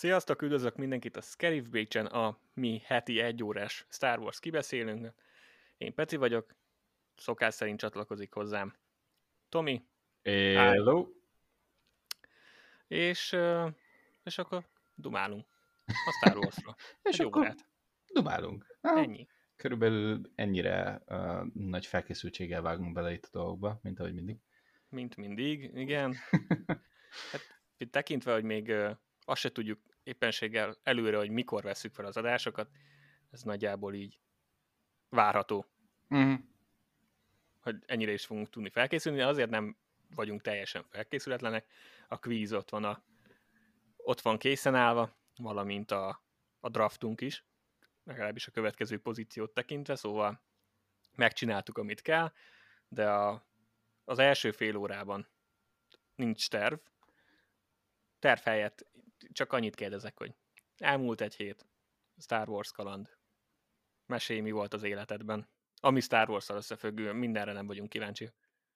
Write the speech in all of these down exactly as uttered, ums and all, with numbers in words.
Sziasztok, üdvözlök mindenkit a Scarif Beach-en, a mi heti egyórás Star Wars kibeszélünk. Én Peti vagyok, szokás szerint csatlakozik hozzám Tomi. Hello! És, ö, és akkor dumálunk a Star Wars-ra. És Egy akkor órát. dumálunk. Ha, Ennyi. körülbelül ennyire uh, nagy felkészültséggel vágunk bele itt a dolgokba, mint ahogy mindig. Mint mindig, igen. Hát tekintve, hogy még ö, azt se tudjuk éppenséggel előre, hogy mikor vesszük fel az adásokat, ez nagyjából így várható, Uh-huh. hogy ennyire is fogunk tudni felkészülni, de azért nem vagyunk teljesen felkészületlenek. A quiz ott van, a, ott van készen állva, valamint a, a draftunk is, legalábbis a következő pozíciót tekintve, szóval megcsináltuk, amit kell, de a, az első fél órában nincs terv. Terv helyett csak annyit kérdezek, hogy elmúlt egy hét, Star Wars kaland, mesélj, mi volt az életedben, ami Star Wars-szal összefüggő, mindenre nem vagyunk kíváncsi.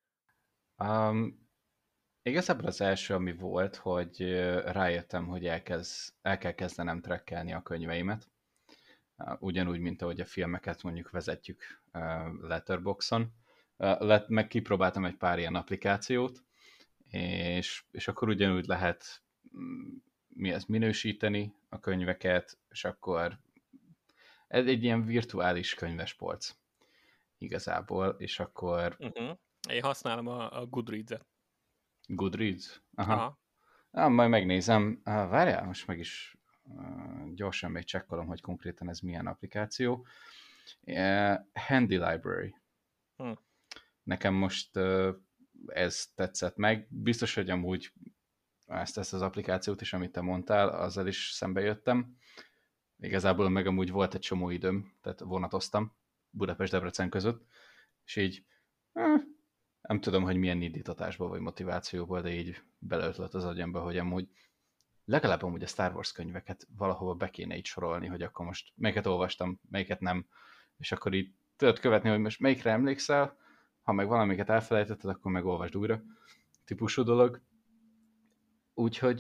Um, igazából az első, ami volt, hogy uh, rájöttem, hogy elkezd, el kell kezdenem trekkelni a könyveimet. Uh, ugyanúgy, mint ahogy a filmeket mondjuk vezetjük uh, Letterboxon. Uh, let, meg kipróbáltam egy pár ilyen applikációt, és, és akkor ugyanúgy lehet mm, mi ezt minősíteni a könyveket, és akkor ez egy ilyen virtuális könyvespolc igazából, és akkor Uh-huh. Én használom a, a Goodreads-et. Goodreads? Aha. Aha. Ah, majd megnézem. Ah, várjál, most meg is uh, gyorsan még csekkolom, hogy konkrétan ez milyen applikáció. Uh, Handy Library. Hm. Nekem most uh, ez tetszett meg. Biztos, hogy amúgy ezt, ezt az applikációt is, amit te mondtál, azzal is szembe jöttem. Igazából meg amúgy volt egy csomó időm, tehát vonatoztam Budapest-Debrecen között, és így eh, nem tudom, hogy milyen indítatásból vagy motivációból, de így beleötlött az agyamba, hogy amúgy legalább amúgy a Star Wars könyveket valahova be kéne így sorolni, hogy akkor most melyiket olvastam, melyiket nem, és akkor így tudod követni, hogy most melyikre emlékszel, ha meg valamiket elfelejtetted, akkor meg olvasd újra, típusú dolog. Úgyhogy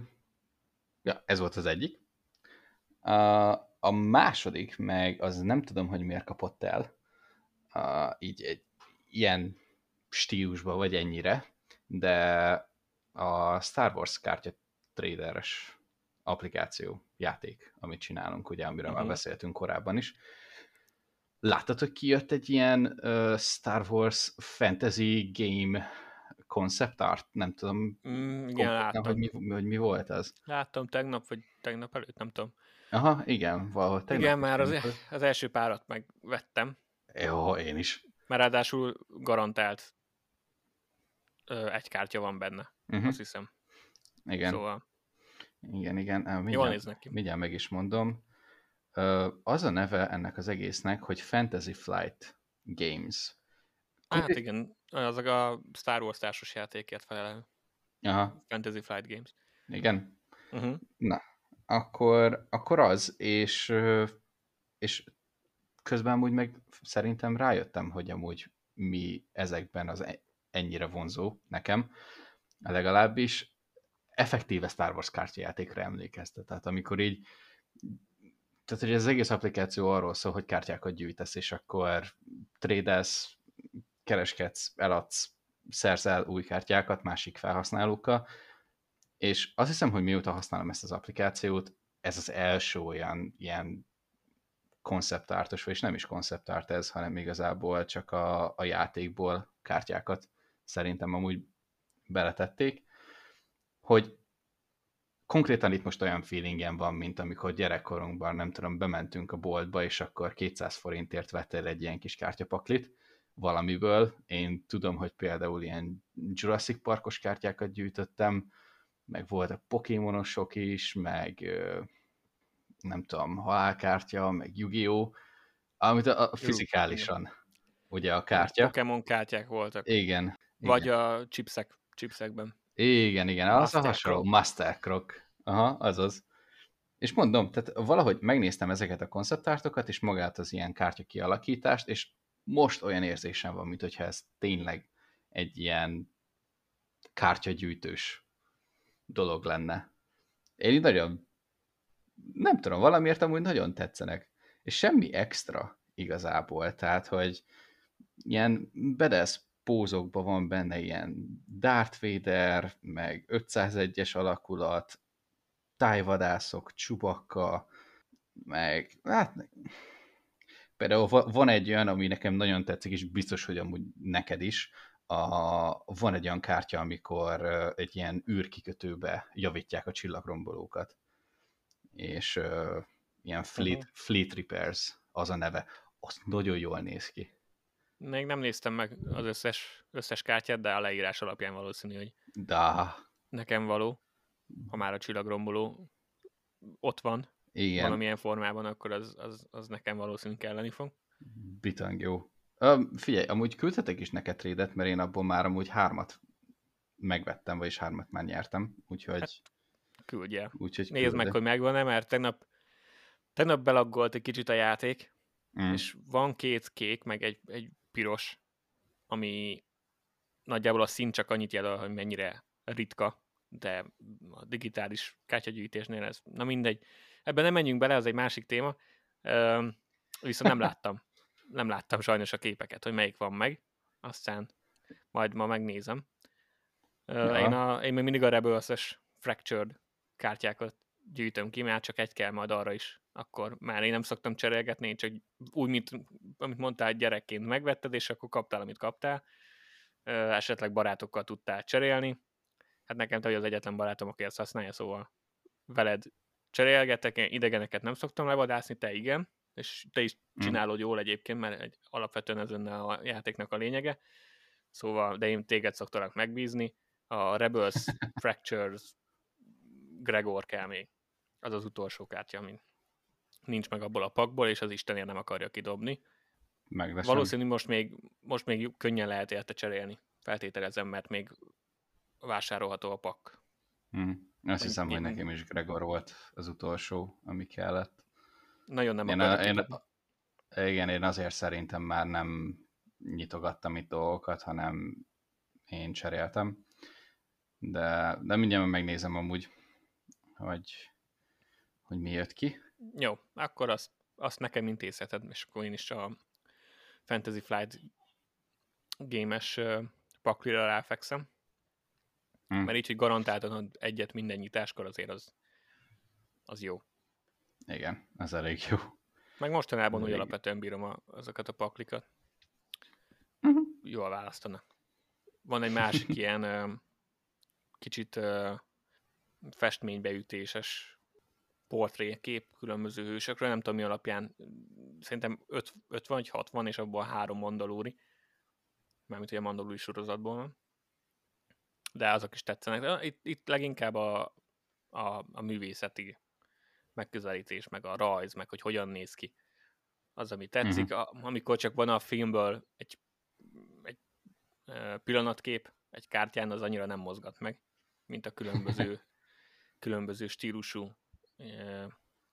ja, ez volt az egyik. A, a második meg, az nem tudom, hogy miért kapott el, a, így egy ilyen stílusba, vagy ennyire, de a Star Wars kártya traderes applikáció, játék, amit csinálunk, ugye, amiről uh-huh. már beszéltünk korábban is. Láttad, hogy kijött egy ilyen uh, Star Wars fantasy game concept art? Nem tudom, Mm, igen, láttam. hogy mi, hogy mi volt az. Láttam tegnap, vagy tegnap előtt, nem tudom. Aha, igen, valahol tegnap. Igen, már az, az első párat megvettem. Jó, én is. Mert ráadásul garantált ö, egy kártya van benne, uh-huh. azt hiszem. Igen. Szóval... Igen, igen. Mindjárt, jól néznek ki. Mindjárt meg is mondom. Az a neve ennek az egésznek, hogy Fantasy Flight Games. Hát Konkrét... igen, azok a Star Wars társas játékért felelő. Aha. Fantasy Flight Games. Igen? Uh-huh. Na, akkor, akkor az, és, és közben amúgy meg szerintem rájöttem, hogy amúgy mi ezekben az ennyire vonzó nekem, legalábbis effektíve Star Wars kártyajátékra emlékeztet. Tehát amikor így, tehát hogy ez az egész applikáció arról szól, hogy kártyákat gyűjtesz, és akkor trédelsz, kereskedsz, eladsz, szerzel új kártyákat másik felhasználókkal, és azt hiszem, hogy mióta használom ezt az applikációt, ez az első olyan ilyen konceptártos, vagyis nem is konceptárt ez, hanem igazából csak a, a játékból kártyákat szerintem amúgy beletették, hogy konkrétan itt most olyan feelingem van, mint amikor gyerekkorunkban, nem tudom, bementünk a boltba, és akkor kétszáz forintért vettél egy ilyen kis kártyapaklit valamiből. Én tudom, hogy például ilyen Jurassic Parkos kártyákat gyűjtöttem, meg voltak Pokémonosok is, meg nem tudom, halálkártya, meg Yu-Gi-Oh! Amit a, a fizikálisan, igen. Ugye a kártya. Pokémon kártyák voltak. Igen. Vagy igen. a chipsek, chipsekben. Igen, igen, az Master a hasonló, Croc. Master Croc. Aha, azaz. És mondom, tehát valahogy megnéztem ezeket a konceptártokat, és magát az ilyen kártya kialakítást, és most olyan érzésem van, mintha ez tényleg egy ilyen kártyagyűjtős dolog lenne. Én így nagyon nem tudom, valamiért amúgy nagyon tetszenek. És semmi extra igazából, tehát, hogy ilyen badass pózokban van benne ilyen Darth Vader, meg ötszázegyes alakulat, tájvadászok, Chewbacca, meg hát például van egy olyan, ami nekem nagyon tetszik, és biztos, hogy amúgy neked is, a, van egy olyan kártya, amikor egy ilyen űrkikötőbe javítják a csillagrombolókat, és uh, ilyen Fleet, Uh-huh. Fleet Repairs az a neve. Az nagyon jól néz ki. Még nem néztem meg az összes, összes kártyát, de a leírás alapján valószínű, hogy Da. nekem való, ha már a csillagromboló ott van Igen, valamilyen formában, akkor az, az, az nekem valószínű kelleni fog. bitang jó. Uh, figyelj, amúgy küldhetek is neked trédet, mert én abból már amúgy hármat megvettem, vagyis hármat már nyertem, úgyhogy... Hát, küldj el. úgyhogy Nézd küldök. meg, hogy megvan-e, mert tegnap, tegnap belaggolt egy kicsit a játék, Mm. és van két kék, meg egy, egy piros, ami nagyjából a szín csak annyit jelöl, hogy mennyire ritka, de a digitális kártyagyűjtésnél ez, na mindegy. Ebben nem menjünk bele, az egy másik téma. Üm, viszont nem láttam. Nem láttam sajnos a képeket, hogy melyik van meg. Aztán majd ma megnézem. Ja. Én, a, én még mindig a Rebels-es Fractured kártyákat gyűjtöm ki, mert csak egy kell majd arra is. Akkor már én nem szoktam cserélgetni, én csak úgy, mint amit mondtál, gyerekként megvetted, és akkor kaptál, amit kaptál. Esetleg barátokkal tudtál cserélni. Hát nekem te vagy az egyetlen barátom, aki ezt használja, szóval veled cserélgetek, én idegeneket nem szoktam levadászni, te igen, és te is csinálod jól egyébként, mert egy, alapvetően ez lenne a játéknak a lényege. Szóval, de én téged szoktalak megbízni. A Rebels Fractures Gregor kell még. Az az utolsó kártya, ami nincs meg abból a pakból, és az Istenért nem akarja kidobni. Megveszem. Valószínű most még, most még könnyen lehet érte cserélni. Feltételezem, mert még vásárolható a pak. Mm. Azt Hogy hiszem, mi- hogy nekem is Gregor volt az utolsó, ami kellett. Nagyon nem Én, akarja a, én, kidobni. igen, én azért szerintem már nem nyitogattam itt dolgokat, hanem én cseréltem. De, de mindjárt megnézem amúgy, hogy, hogy mi jött ki. Jó, akkor azt, azt nekem intézheted, és akkor én is a Fantasy Flight gémes uh, paklira ráfekszem. Hm. Mert így, hogy garantáltan ad egyet minden nyitáskor, azért az, az jó. Igen, ez elég jó. Meg mostanában úgy Elég. alapvetően bírom a, azokat a paklikat. Uh-huh. Jól választanak. Van egy másik ilyen uh, kicsit uh, festménybeütéses portrékép különböző hősökről, nem tudom mi alapján, szerintem öt vagy hatvan, és abból három mandalóri, mármint ugye a mandalóri sorozatból van. De azok is tetszenek. Itt, itt leginkább a, a, a művészeti megközelítés, meg a rajz, meg hogy hogyan néz ki. Az, ami tetszik. Uh-huh. A, amikor csak van a filmből egy, egy e, pillanatkép, egy kártyán, az annyira nem mozgat meg, mint a különböző, különböző stílusú e,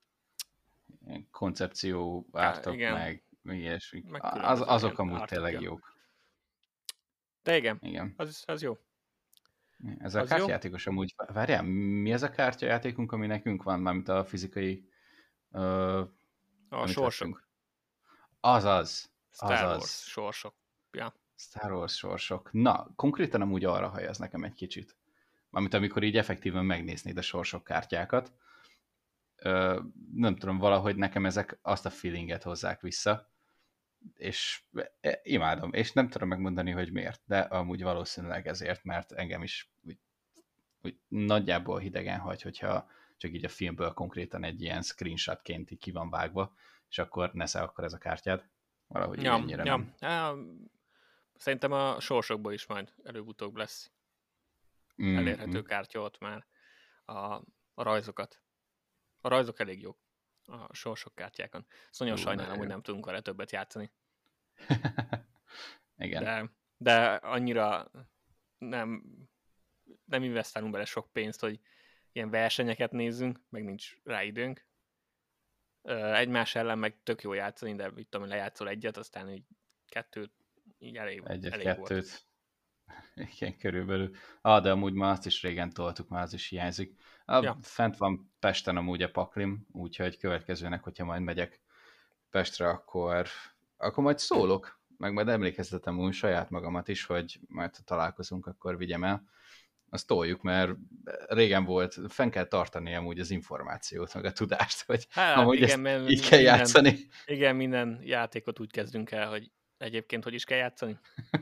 koncepció ártok, igen, meg ilyesmi. meg Az, azok amúgy ártok, tényleg ja. jók. De igen, Igen. az, az jó. Ez a Az kártyajátékos amúgy, várjál, mi ez a kártyajátékunk, ami nekünk van, mármint a fizikai... Ö, A sorsok. Azaz. Star azaz. Wars sorsok. Ja. Star Wars sorsok. Na, konkrétan amúgy arra hajaz nekem egy kicsit. Mármint amikor így effektíven megnéznéd a sorsok kártyákat. Ö, nem tudom, valahogy nekem ezek azt a feelinget hozzák vissza. És imádom. És nem tudom megmondani, hogy miért. De amúgy valószínűleg ezért, mert engem is úgy, úgy nagyjából hidegen hagy, hogyha csak így a filmből konkrétan egy ilyen screenshotként így ki van vágva, és akkor nesze akkor ez a kártyád. Valahogy Ja, ennyire ja. nem. Á, szerintem a sorsokból is majd előbb-utóbb lesz Mm-hmm. elérhető kártya ott már a, a rajzokat. A rajzok elég jók a sorsok kártyákon. Ezt nagyon Ú, sajnálom, jó. hogy nem tudunk vele többet játszani. Igen. De, de annyira nem, nem investálunk bele sok pénzt, hogy ilyen versenyeket nézzünk, meg nincs rá időnk. Egymás ellen meg tök jó játszani, de mit tudom, lejátszol egyet, aztán így kettőt, így elég, Egyet, elég kettőt. volt. Igen, körülbelül. Ah, de amúgy már azt is régen toltuk, már az is hiányzik. Ah, Ja, fent van Pesten amúgy a paklim, úgyhogy következőnek, hogyha majd megyek Pestre, akkor, akkor majd szólok, meg majd emlékeztetem úgy saját magamat is, hogy majd ha találkozunk, akkor vigyem el. Azt toljuk, mert régen volt, fenn kell tartani amúgy az információt, meg a tudást, hogy hát amúgy igen, ezt mert így kell minden, játszani. igen, minden játékot úgy kezdünk el, hogy egyébként hogy is kell játszani.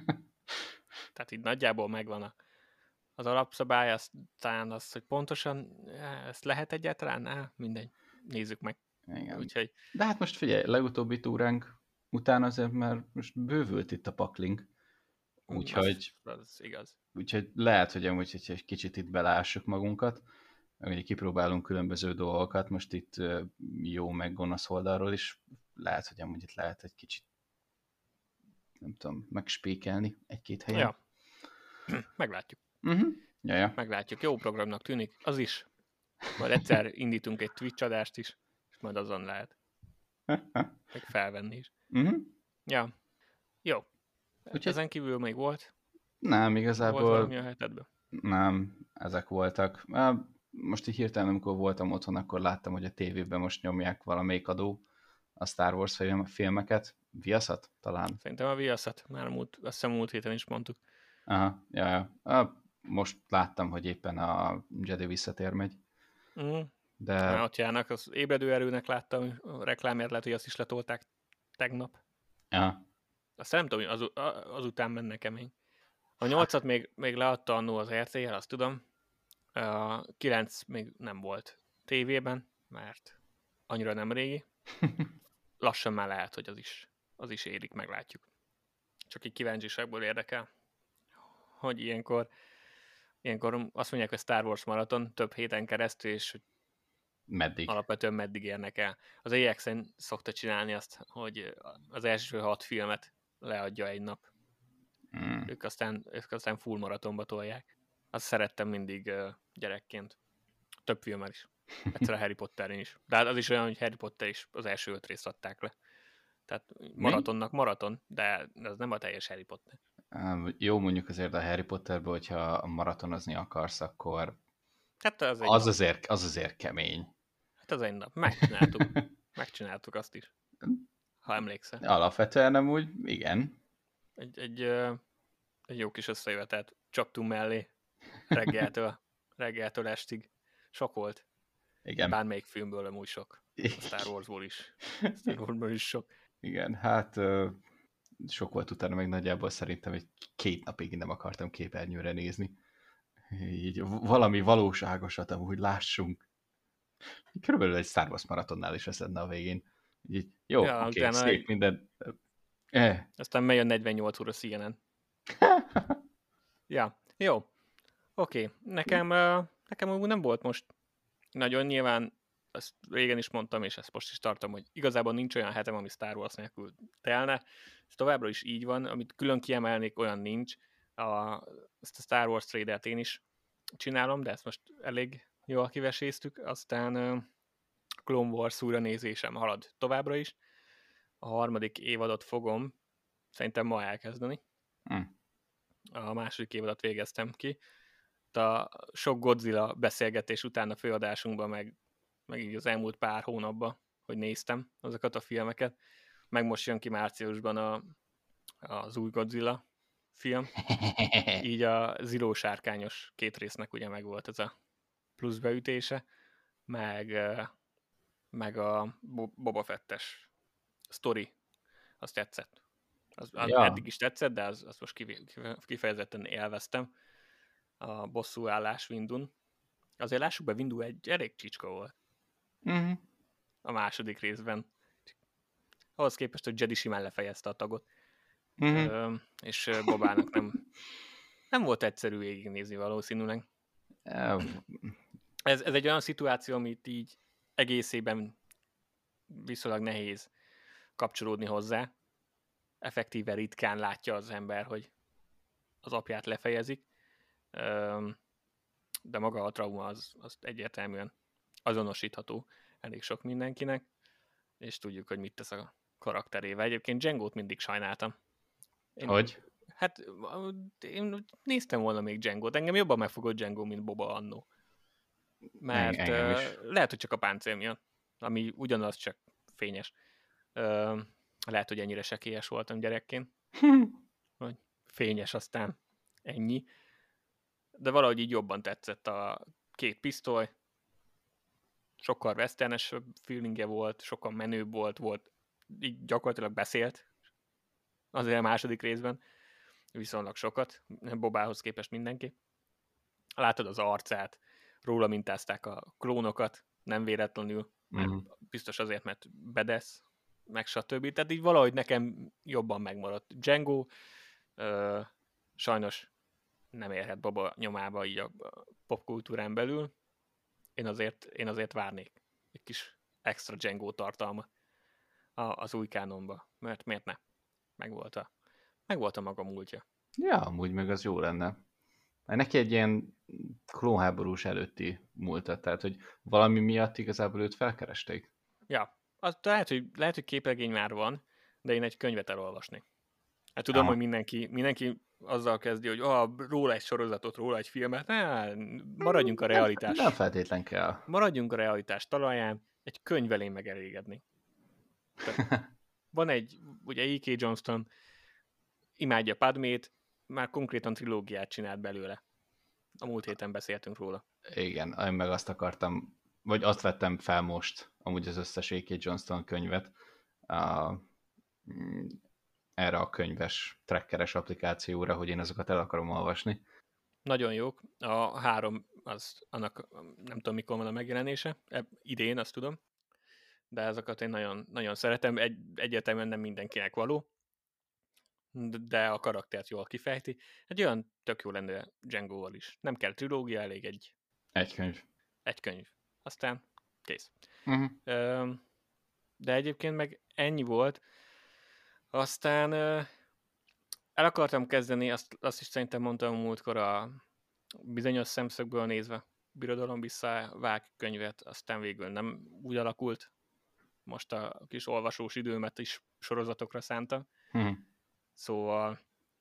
Tehát így nagyjából megvan a, az alapszabály, aztán az, hogy pontosan eh, ezt lehet egyáltalán? Á, mindegy, nézzük meg. Igen. Úgyhogy, De hát most figyelj, legutóbbi túránk után azért már most bővült itt a paklink, mm, az, úgyhogy, az igaz. úgyhogy lehet, hogy amúgy, hogyha egy kicsit itt beleássuk magunkat, meg ugye kipróbálunk különböző dolgokat, most itt ö, jó meg gonosz oldalról is, lehet, hogy amúgy itt lehet egy kicsit, nem tudom, megspékelni egy-két helyen. Ja, meglátjuk. Uh-huh. Ja, ja. Meglátjuk. Jó programnak tűnik. Az is. Majd egyszer indítunk egy Twitch adást is, és majd azon lehet. Meg felvenni is. Uh-huh. Ja. Jó. Úgyhogy Ezen kívül még volt? nem, Volt valami igazából a hetedben? nem, ezek voltak. Á, most így hirtelen, amikor voltam otthon, akkor láttam, hogy a tévében most nyomják valamelyik adó a Star Wars film, filmeket. Viaszat talán? Szerintem a Viaszat. Már múlt, azt hiszem múlt héten is mondtuk. Aha, ja, ja. Ah, most láttam, hogy éppen a Jedi visszatér megy, Mm. de Ott járnak, az ébredő erőnek láttam, a reklámért lehet, hogy azt is letolták tegnap. ja. Aztán nem tudom, hogy az, azután menne kemény. A nyolcat még, még leadta annó az er té el, azt tudom. A kilenc még nem volt tévében, mert annyira nem régi. Lassan már lehet, hogy az is, az is érik, meglátjuk. Csak így kíváncsiságból érdekel, hogy ilyenkor, ilyenkor azt mondják, hogy Star Wars maraton több héten keresztül, és hogy Meddig? alapvetően meddig érnek el. Az á iksz-en szokta csinálni azt, hogy az első hat filmet leadja egy nap. Mm. Ők aztán, ők aztán full maratonba tolják. Azt szerettem mindig uh, gyerekként. Több filmmel is. Egyszer a Harry Potterin is. De hát az is olyan, hogy Harry Potter is az első öt részt adták le. Tehát maratonnak maraton, de ez nem a teljes Harry Potter. Um, jó, mondjuk azért a Harry Potterben, hogyha maratonozni akarsz, akkor Hát az egy az nap. azért, az azért kemény. Hát az egy nap. Megcsináltuk. Megcsináltuk azt is. Ha emlékszel. Alapvetően nem úgy, igen. Egy, egy, uh, egy jó kis összejövetet csaptunk mellé. Reggeltől, reggeltől estig. Sok volt. Igen. Bármelyik filmből amúgy sok. A Star Warsból is. A Star Warsból is sok. Igen, hát uh, sok volt utána, meg nagyjából szerintem egy két napig nem akartam képernyőre nézni. Így valami valóságosat amúgy lássunk. Körülbelül egy Star Wars maratonnál is lenne a végén. Így, jó, Ja, oké, okay, szép egy... minden. Eh. Aztán megy a negyvennyolc óra C N N. Ja, jó. Oké, okay. nekem, uh, nekem úgy nem volt most nagyon nyilván, ezt régen is mondtam, és ezt most is tartom, hogy igazából nincs olyan hetem, ami Star Wars nélkül telne. Ez továbbra is így van, amit külön kiemelnék, olyan nincs. A, ezt a Star Wars Trader-t én is csinálom, de ezt most elég jól kiveséztük. Aztán uh, Clone Wars újranézésem halad továbbra is. A harmadik évadot fogom szerintem ma elkezdeni. Mm. A második évadot végeztem ki. A sok Godzilla beszélgetés után a főadásunkban, meg, meg így az elmúlt pár hónapban, hogy néztem azokat a filmeket. Meg most jön ki márciusban a, az új Godzilla film. Így a Zero sárkányos két résznek ugye meg volt ez a plusz beütése, meg, meg a Boba Fettes sztori, azt tetszett. Az, Ja. Eddig is tetszett, de az, az most kifejezetten élveztem. A bosszúállás Windun. Azért lássuk be, Windu egy elég csicska volt. Mm-hmm. A második részben. Ahhoz képest, hogy Jedi simán lefejezte a tagot. Mm-hmm. Ö, és Bobának nem, nem volt egyszerű végignézni valószínűleg. Ez, ez egy olyan szituáció, amit így egészében viszonylag nehéz kapcsolódni hozzá. Effektíve ritkán látja az ember, hogy az apját lefejezik. Ö, de maga a trauma az, az egyértelműen azonosítható elég sok mindenkinek, és tudjuk, hogy mit tesz a karakterével. Egyébként Django-t mindig sajnáltam. Én, hogy? Hát én néztem volna még Django-t, engem jobban megfogott Django, mint Boba annó. Mert Engem is. uh, lehet, hogy csak a páncél miatt, ami ugyanaz, csak fényes. Uh, lehet, hogy ennyire sekélyes voltam gyerekként. Hogy fényes, aztán ennyi. De valahogy így jobban tetszett a két pisztoly. Sokkal westernes feelingje volt, sokkal menőbb volt, volt, így gyakorlatilag beszélt. Azért a második részben viszonylag sokat, Bobához képest mindenki. Látod az arcát, róla mintázták a klónokat, nem véletlenül, mert Mm. biztos azért, mert bedesz, meg stb. Tehát így valahogy nekem jobban megmaradt. Django ö, sajnos nem érhet Boba nyomába így a popkultúrán belül. Én azért, én azért várnék egy kis extra Django tartalma az új kánonba, mert miért ne? Megvolt a, megvolt a maga múltja. Ja, amúgy meg az jó lenne. Neki egy ilyen klónháborús előtti múltat, tehát hogy valami miatt igazából őt felkeresték. Ja, az, lehet, hogy, lehet, hogy képregény már van, de én egy könyvet elolvasnék. Hát tudom, Aha. hogy mindenki, mindenki azzal kezdi, hogy ah, róla egy sorozatot, róla egy filmet, ne, maradjunk a realitás. Nem, nem feltétlen kell. Maradjunk a realitás talaján, egy könyvvel én megelégedni. Van egy, ugye E K. Johnston imádja Padmét, már konkrétan trilógiát csinált belőle. A múlt héten beszéltünk róla. Igen, én meg azt akartam, vagy azt vettem fel most, amúgy az összes E K. Johnston könyvet, a, erre a könyves, trackeres applikációra, hogy én azokat el akarom olvasni. Nagyon jók. A három, az annak nem tudom, mikor van a megjelenése. Idén, azt tudom. De azokat én nagyon, nagyon szeretem. Egy, egyértelműen nem mindenkinek való, de a karaktert jól kifejti. Egy olyan tök jó lenne Django-val is. Nem kell trilógia, elég egy... Egy könyv. Egy könyv. Aztán kész. Uh-huh. De egyébként meg ennyi volt. Aztán el akartam kezdeni, azt, azt is szerintem mondtam múltkor a bizonyos szemszögből nézve, Birodalom visszavág könyvet, aztán végül nem úgy alakult. Most a kis olvasós időmet is sorozatokra szántam. Uh-huh. Szóval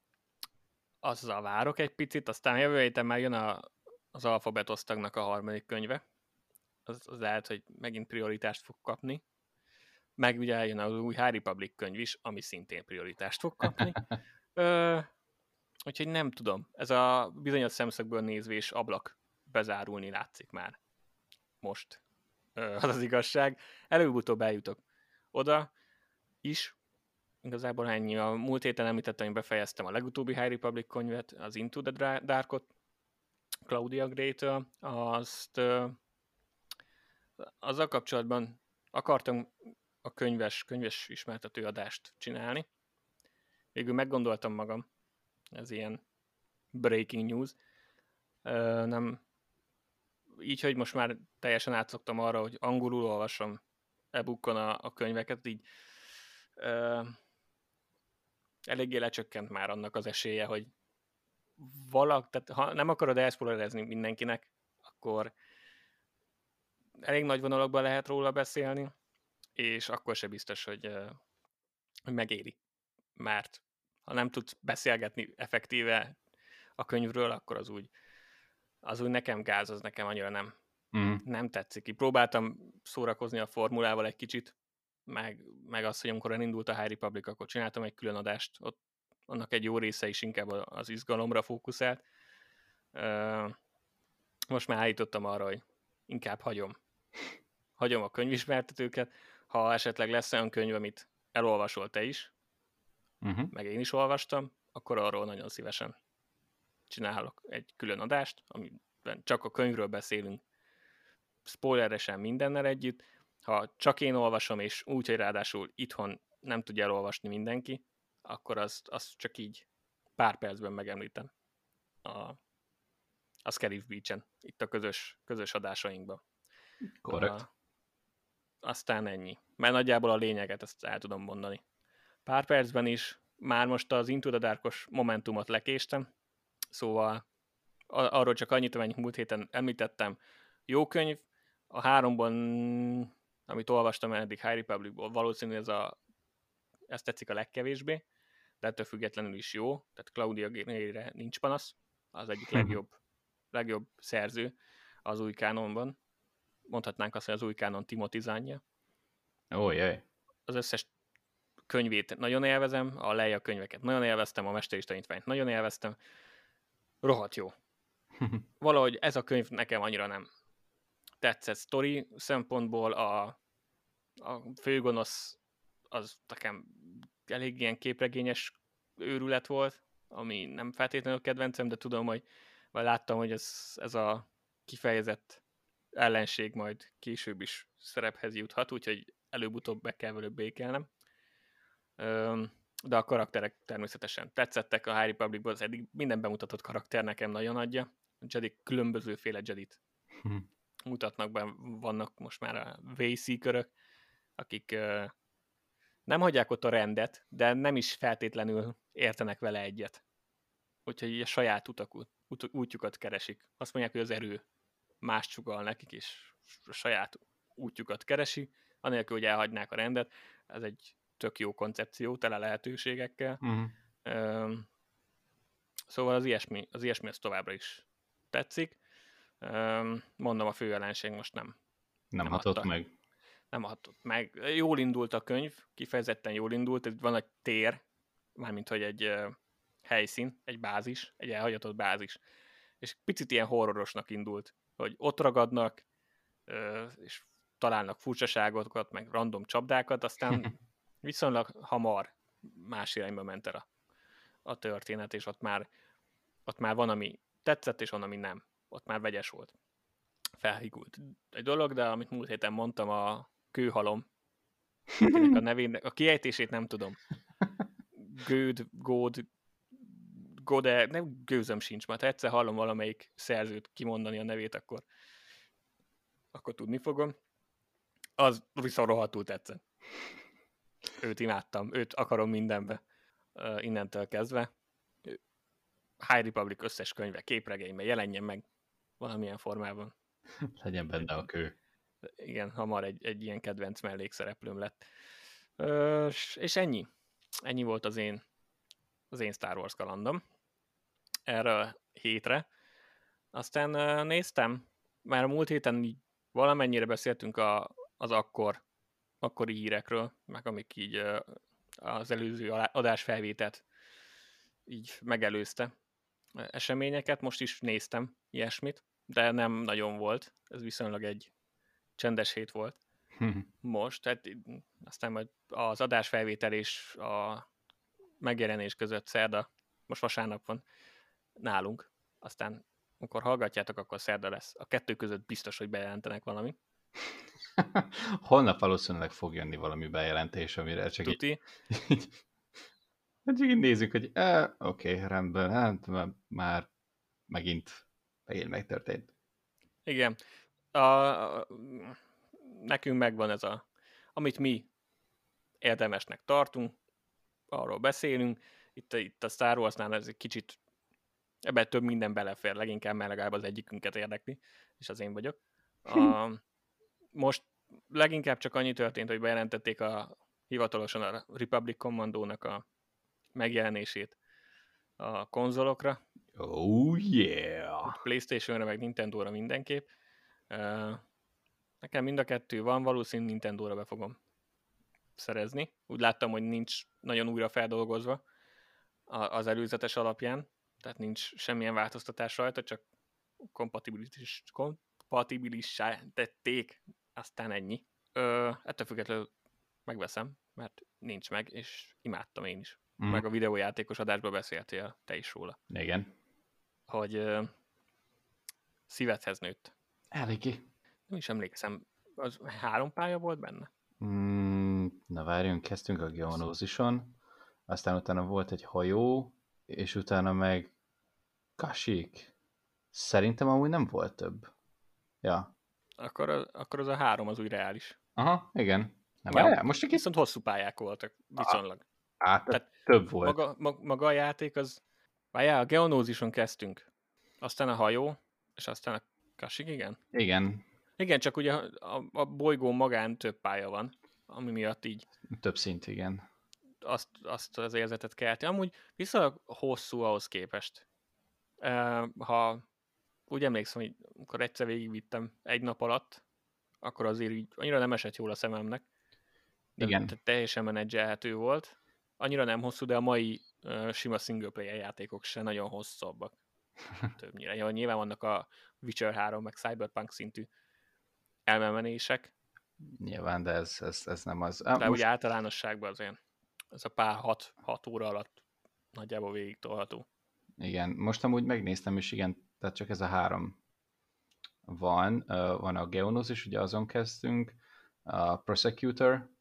azzal várok egy picit, aztán jövő héten már jön a, az Alphabet osztagnak a harmadik könyve. Az, az lehet, hogy megint prioritást fog kapni. Meg ugye eljön az új High Republic könyv is, ami szintén prioritást fog kapni. Ö, úgyhogy nem tudom. Ez a bizonyos szemszögből nézvés ablak bezárulni látszik már. Most. Ö, az az igazság. Előbb-utóbb eljutok oda is. Igazából ennyi. A múlt héten említettem, hogy befejeztem a legutóbbi High Republic könyvet, az Into the Darkot, Claudia Gray-től. Azt ö, azzal kapcsolatban akartam a könyves, könyves ismertetőadást csinálni. Végül meggondoltam magam, ez ilyen breaking news. Ö, nem, így, hogy most már teljesen átszoktam arra, hogy angolul olvasom e-bookon a, a könyveket, így ö, eléggé lecsökkent már annak az esélye, hogy valak, tehát ha nem akarod elszpoilerezni mindenkinek, akkor elég nagy vonalakban lehet róla beszélni, és akkor se biztos, hogy, hogy megéri. Mert ha nem tudsz beszélgetni effektíve a könyvről, akkor az úgy, az úgy nekem gáz, az nekem annyira nem, mm. nem tetszik. Így próbáltam szórakozni a formulával egy kicsit, meg, meg azt, hogy amikor elindult a High Republic, akkor csináltam egy külön adást, ott annak egy jó része is inkább az izgalomra fókuszált. Most már állítottam arra, hogy inkább hagyom. Hagyom a könyvismertetőket, ha esetleg lesz olyan könyv, amit elolvasol te is, uh-huh. meg én is olvastam, akkor arról nagyon szívesen csinálok egy külön adást, amiben csak a könyvről beszélünk, spoileresen mindennel együtt. Ha csak én olvasom, és úgy, hogy ráadásul itthon nem tudja elolvasni mindenki, akkor azt, azt csak így pár percben megemlítem a, a Scarif Beach-en, itt a közös, közös adásainkban. Korrekt. Aztán ennyi. Mert nagyjából a lényeget ezt el tudom mondani. Pár percben is már most az Into the Darkos momentumot lekéstem, szóval arról csak annyit, amennyit múlt héten említettem. Jó könyv, a háromban, amit olvastam eddig High Republicból, valószínűleg ez a, ezt tetszik a legkevésbé, de ettől függetlenül is jó, tehát Claudia Gray-re nincs panasz, az egyik legjobb, legjobb szerző az új kánonban. Mondhatnánk azt, hogy az új kánon Timothy-zánja. Ó, jaj. Az összes könyvét nagyon élvezem, a Leia könyveket nagyon élveztem, a Mester és Tanítványt nagyon élveztem. Rohadt jó. Valahogy ez a könyv nekem annyira nem tetszett sztori szempontból, a, a főgonosz az nekem elég ilyen képregényes őrület volt, ami nem feltétlenül kedvencem, de tudom, hogy vagy láttam, hogy ez, ez a kifejezett ellenség majd később is szerephez juthat, úgyhogy előbb-utóbb be kell velük békelnem. De a karakterek természetesen tetszettek, a High Republicból az eddig minden bemutatott karakter nekem nagyon adja. A Jedik, különbözőféle Jedit mutatnak be, vannak most már a Wayseekerök, akik nem hagyják ott a rendet, de nem is feltétlenül értenek vele egyet. Úgyhogy a saját utak, út, útjukat keresik. Azt mondják, hogy az erő más csugal nekik, és a saját útjukat keresi, anélkül, hogy elhagynák a rendet. Ez egy tök jó koncepció, tele lehetőségekkel. Uh-huh. Szóval az ilyesmi, az ilyesmi az továbbra is tetszik. Mondom, a fő ellenség most nem. Nem, nem hatott adta. meg. Nem hatott meg. Jól indult a könyv, kifejezetten jól indult. Van egy tér, mármint hogy egy uh, helyszín, egy bázis, egy elhagyatott bázis. És picit ilyen horrorosnak indult, hogy ott ragadnak, uh, és találnak furcsaságokat, meg random csapdákat, aztán viszonylag hamar más irányba ment el a, a történet, és ott már, ott már van, ami tetszett, és van, ami nem. Ott már vegyes volt. Felhigult egy dolog, de amit múlt héten mondtam, a kőhalom, akinek a nevén, a kiejtését nem tudom. Gőd, Gód, Gode, nem gőzöm sincs, mert egyszer hallom valamelyik szerzőt kimondani a nevét, akkor, akkor tudni fogom. Az viszont rohadtul tetszett. Őt imádtam, őt akarom mindenbe uh, innentől kezdve. High Republic összes könyve, képregényben jelenjen meg valamilyen formában. Legyen benne a kő. Igen, hamar egy, egy ilyen kedvenc mellékszereplőm lett. Uh, és ennyi. Ennyi volt az én, az én Star Wars kalandom erre a hétre. Aztán uh, néztem, már a múlt héten így valamennyire beszéltünk a, az akkor, akkori hírekről, meg amik így uh, az előző adásfelvételt így megelőzte eseményeket. Most is néztem ilyesmit, de nem nagyon volt. Ez viszonylag egy csendes hét volt. Most, tehát aztán majd az adásfelvétel és a megjelenés között szerda, most vasárnap van nálunk, aztán amikor hallgatjátok, akkor szerda lesz. A kettő között biztos, hogy bejelentenek valami. Holnap valószínűleg fog jönni valami bejelentés, amire csak Tuti. így, így, csak így nézzük, hogy eh, oké, okay, rendben, hát már megint, megint megtörtént. Igen. A, a, nekünk megvan ez a, amit mi érdemesnek tartunk, arról beszélünk. Itt, itt a Star Warsnál ez egy kicsit, ebben több minden belefér, leginkább, mert legalább az egyikünket érdekli, és az én vagyok. A, most leginkább csak annyi történt, hogy bejelentették a hivatalosan a Republic Commandónak a megjelenését a konzolokra. Oh yeah! PlayStation-re, meg Nintendo-ra mindenképp. Nekem mind a kettő van, valószínűleg Nintendo-ra be fogom szerezni. Úgy láttam, hogy nincs nagyon újra feldolgozva az előzetes alapján, tehát nincs semmilyen változtatás rajta, csak kompatibilis, kompatibilissá tették, aztán ennyi. Ö, ettől függetlenül megveszem, mert nincs meg, és imádtam én is. Mm. Meg a videójátékos adásban beszéltél te is róla. Igen. Hogy ö, szívedhez nőtt. Eléggé. Nem is emlékszem, az három pálya volt benne? Mm, na várjunk, kezdtünk a Geonózison, aztán utána volt egy hajó, és utána meg Kashyyyk. Szerintem amúgy nem volt több. Ja. Akkor, az, akkor az a három az úgy reális. Aha, igen. Nem ja, várjál, most csak viszont hosszú pályák voltak, viszonylag. Á, tehát több volt. Maga, maga, maga a játék az... Várjál, a Geonózison kezdtünk. Aztán a hajó, és aztán a Kashyyyk, igen? Igen. Igen, csak ugye a, a bolygó magán több pálya van, ami miatt így... Több szint, igen. azt, azt az érzetet kelti. Amúgy viszonylag hosszú ahhoz képest. Ha úgy emlékszem, hogy amikor egyszer végigvittem egy nap alatt, akkor azért így annyira nem esett jól a szememnek, de Igen. teljesen menedzselhető volt. Annyira nem hosszú, de a mai uh, sima single player játékok se nagyon hosszabbak. Többnyire. Ja, nyilván vannak a Witcher három, meg Cyberpunk szintű elmemenések. Nyilván, de ez, ez, ez nem az. De Ah, most... úgy most... általánosságban azért ez a pár hat, hat óra alatt nagyjából végig tolható. Igen, most amúgy megnéztem, és igen, tehát csak ez a három van. Van a Geonosis, ugye azon kezdtünk, a Prosecutor,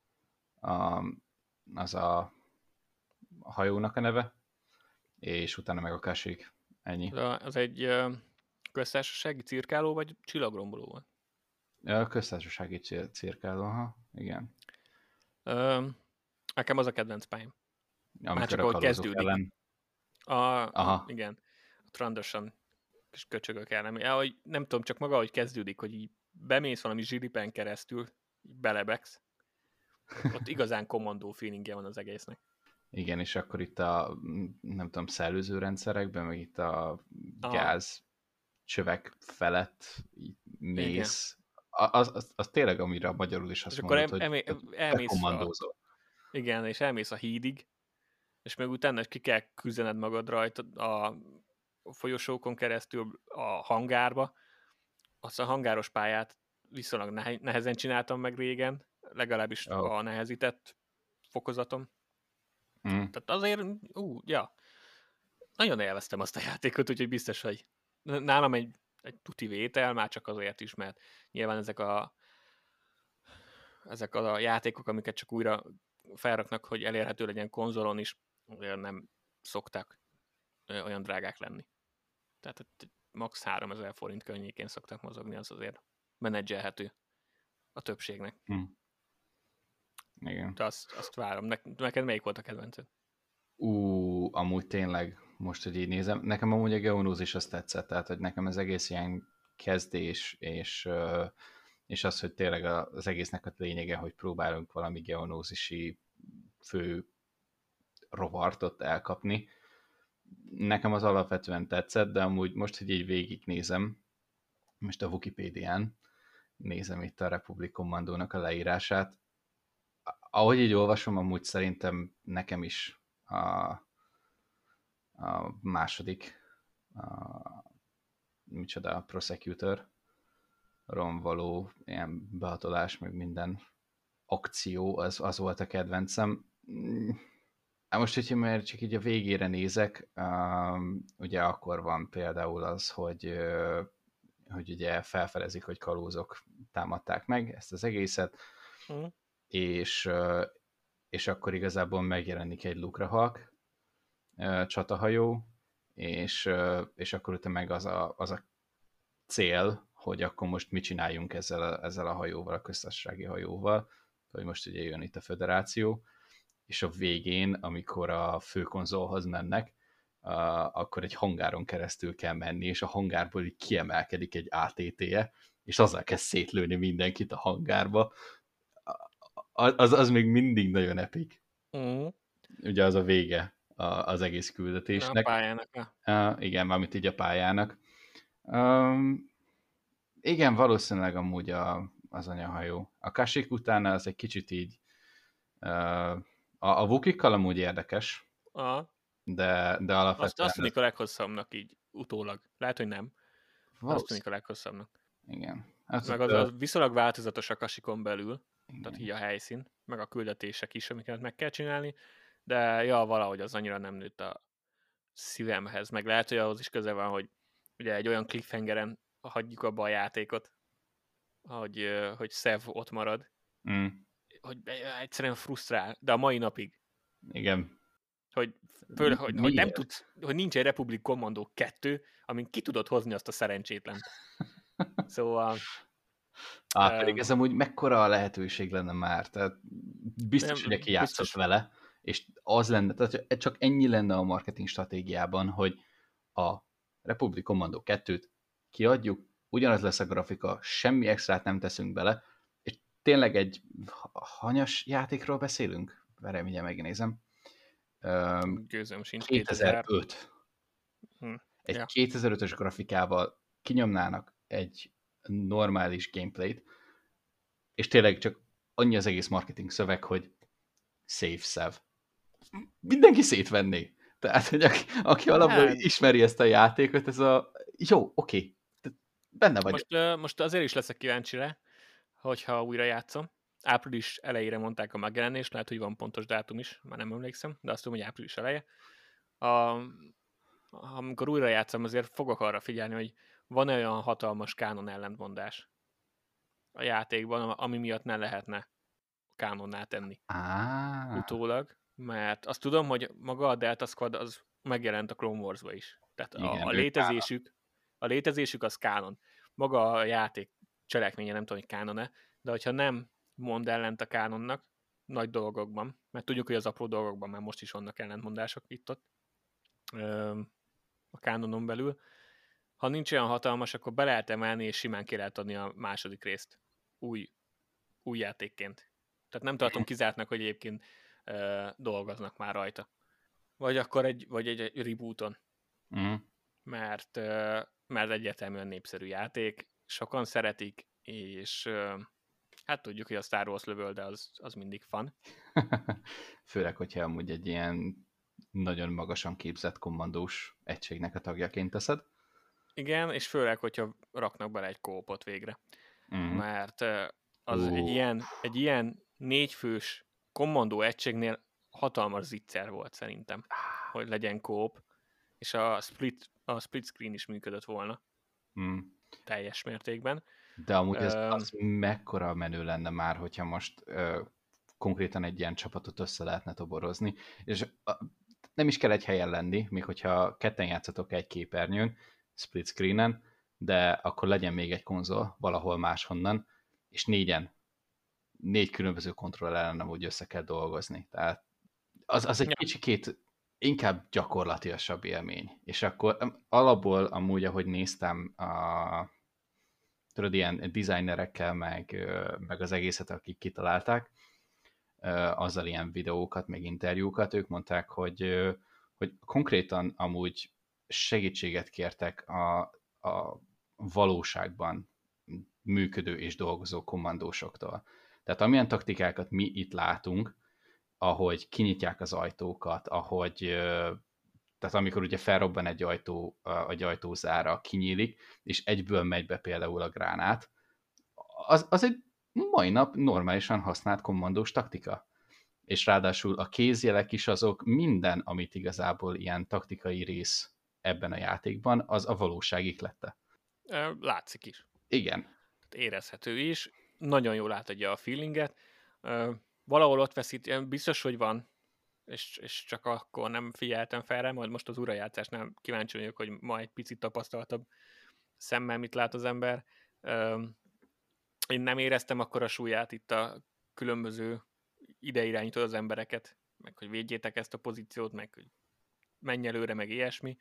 az a hajónak a neve, és utána meg a Kashyyyk. Ennyi. Az egy köztársasági cirkáló, vagy csillagromboló volt? A köztársasági cirkáló, ha, igen. Ö, nekem az a kedvenc pályám. Amikor csak ahogy kezdődik. Ellen. A, Aha. Igen, a Trandosan kis köcsögök ellen. Ja, hogy nem tudom, csak maga, hogy kezdődik, hogy így bemész valami zsiripen keresztül, így belebegsz. Ott igazán kommandó feelingje van az egésznek. Igen, és akkor itt a, nem tudom, szellőző rendszerekben, meg itt a gáz csövek felett így mész. Az, az, az tényleg, amire magyarul is azt mondod, hogy emé, elmész kommandózol. Igen, és elmész a hídig, és meg utána ki kell küzdened magad rajta a folyosókon keresztül a hangárba. Azt a hangáros pályát viszonylag nehezen csináltam meg régen, legalábbis oh. a nehezített fokozatom. Mm. Tehát azért, ú, ja, nagyon élveztem azt a játékot, úgyhogy biztos, hogy nálam egy, egy tuti vétel, már csak azért is, mert nyilván ezek a ezek a játékok, amiket csak újra felraknak, hogy elérhető legyen konzolon is, olyan nem szoktak olyan drágák lenni. Tehát max. háromezer forint környékén szoktak mozogni, az azért menedzselhető a többségnek. Hmm. Igen. De azt, azt várom. Ne, neked melyik volt a kedvenced? Ú, amúgy tényleg, most, hogy így nézem, nekem amúgy a Geonosis azt tetszett, tehát, hogy nekem az egész ilyen kezdés, és, és az, hogy tényleg az egésznek a lényege, hogy próbálunk valami geonózisi fő rovartot elkapni. Nekem az alapvetően tetszett, de amúgy most, hogy így végignézem, most a Wikipédián nézem itt a Republic Commandónak a leírását, ahogy így olvasom, amúgy szerintem nekem is a, a második, a, micsoda, a Prosecutor ron való ilyen behatolás, meg minden akció, az, az volt a kedvencem. Most, hogyha már csak így a végére nézek, um, ugye akkor van például az, hogy, uh, hogy ugye felfedezik, hogy kalózok támadták meg ezt az egészet, mm. és, uh, és akkor igazából megjelenik egy Lucrahawk uh, csatahajó, és, uh, és akkor utána meg az a, az a cél, hogy akkor most mit csináljunk ezzel a, ezzel a hajóval, a köztársasági hajóval, hogy most ugye jön itt a föderáció, és a végén, amikor a főkonzolhoz mennek, uh, akkor egy hangáron keresztül kell menni, és a hangárból így kiemelkedik egy á té té-je, és azzal kell szétlőni mindenkit a hangárba. Az, az még mindig nagyon epik. Mm. Ugye az a vége az egész küldetésnek. A pályának. Uh, igen, mármint így a pályának. Um, igen, valószínűleg amúgy a, az anyahajó. A Kashyyyk utána az egy kicsit így uh, a, a Wookieekkal amúgy érdekes, Aha. de, de alapvetően... Azt, azt tűnik a leghosszabbnak így utólag. Lehet, hogy nem. Valószín. Azt tűnik a leghosszabbnak. Igen. Az meg az, az viszonylag változatos a Kashyyyk-on belül, igen. Tehát így a helyszín, meg a küldetések is, amiket meg kell csinálni, de ja, valahogy az annyira nem nőtt a szívemhez. Meg lehet, hogy ahhoz is köze van, hogy ugye egy olyan cliffhangeren hagyjuk abba a játékot, hogy, hogy Szev ott marad, mm. hogy egyszerűen frusztrál, de a mai napig. Igen. Hogy, föl, hogy, hogy nem tudsz, hogy nincs egy Republic Commando kettő, amin ki tudod hozni azt a szerencsétlent. Szóval... Á, um, pedig ez amúgy mekkora a lehetőség lenne már, tehát biztos, nem, hogy aki játszott biztos. vele, és az lenne, tehát csak ennyi lenne a marketing stratégiában, hogy a Republic Commando kettőt kiadjuk, ugyanaz lesz a grafika, semmi extrát nem teszünk bele, és tényleg egy hanyas játékról beszélünk? várjál, mindjárt megnézem. Gőzöm sincs, kétezer. kétezer-öt. Hm. Egy Ja. kétezer-ötös grafikával kinyomnának egy normális gameplayt, és tényleg csak annyi az egész marketing szöveg, hogy save save. Mindenki szétvenné. Tehát, hogy aki, aki alapból Hát, ismeri ezt a játékot, ez a jó, oké, okay, benne vagyok. most, uh, most azért is leszek kíváncsi rá, hogyha újra játszom. Április elejére mondták a megjelenést, lehet, hogy van pontos dátum is, már nem emlékszem, de azt tudom, hogy április eleje. A, amikor újra játszom, azért fogok arra figyelni, hogy van-e olyan hatalmas kánon ellentmondás a játékban, ami miatt ne lehetne kánonná tenni Ah. utólag, mert azt tudom, hogy maga a Delta Squad az megjelent a Clone Wars-ba is. Tehát Igen, a, a ő létezésük, a létezésük az kánon. Maga a játék cselekménye nem tudom, hogy kánon-e, de hogyha nem mond ellent a kánonnak, nagy dolgokban, mert tudjuk, hogy az apró dolgokban már most is vannak ellentmondások itt-ott a kánonon belül. Ha nincs olyan hatalmas, akkor be lehet emelni, és simán ki lehet adni a második részt új, új játékként. Tehát nem tartom kizártnak, hogy egyébként uh, dolgoznak már rajta. Vagy akkor egy, vagy egy, egy rebooton. Mm. Mert, uh, mert egyértelműen népszerű játék, sokan szeretik, és uh, hát tudjuk, hogy a Star Wars lövölde az, az mindig fun. Főleg, hogyha amúgy egy ilyen nagyon magasan képzett kommandós egységnek a tagjaként teszed. Igen, és főleg, hogyha raknak bele egy kópot végre. Mm. Mert uh, az uh. egy ilyen, egy ilyen négyfős kommandó egységnél hatalmas zicser volt szerintem, hogy legyen kóp, és a split, a split screen is működött volna mm. teljes mértékben. De amúgy ez, um, az mekkora menő lenne már, hogyha most ö, konkrétan egy ilyen csapatot össze lehetne toborozni, és a, nem is kell egy helyen lenni, még hogyha ketten játszatok egy képernyőn, split screenen, de akkor legyen még egy konzol valahol máshonnan, és négyen, négy különböző kontroll ellen úgy össze kell dolgozni. Tehát az, az egy ja. kicsikét inkább gyakorlatilasabb élmény. És akkor alapból amúgy, ahogy néztem a tudod, ilyen designerekkel, meg, meg az egészet, akik kitalálták, azzal ilyen videókat, meg interjúkat, ők mondták, hogy, hogy konkrétan amúgy segítséget kértek a, a valóságban működő és dolgozó kommandósoktól. Tehát amilyen taktikákat mi itt látunk, ahogy kinyitják az ajtókat, ahogy, tehát amikor ugye felrobban egy ajtó, egy ajtózára kinyílik, és egyből megy be például a gránát, az, az egy mai nap normálisan használt kommandós taktika. És ráadásul a kézjelek is azok, minden, amit igazából ilyen taktikai rész ebben a játékban, az a valóság iklette. Látszik is. Igen. Érezhető is. Nagyon jól átadja a feelinget. Valahol ott veszít, biztos, hogy van, és, és csak akkor nem figyeltem fel rá, majd most az újrajátszásnál kíváncsi vagyok, hogy ma egy picit tapasztaltabb szemmel mit lát az ember. Én nem éreztem akkor a súlyát itt a különböző ide irányítod az embereket, meg hogy védjétek ezt a pozíciót, meg hogy menj előre, meg ilyesmi.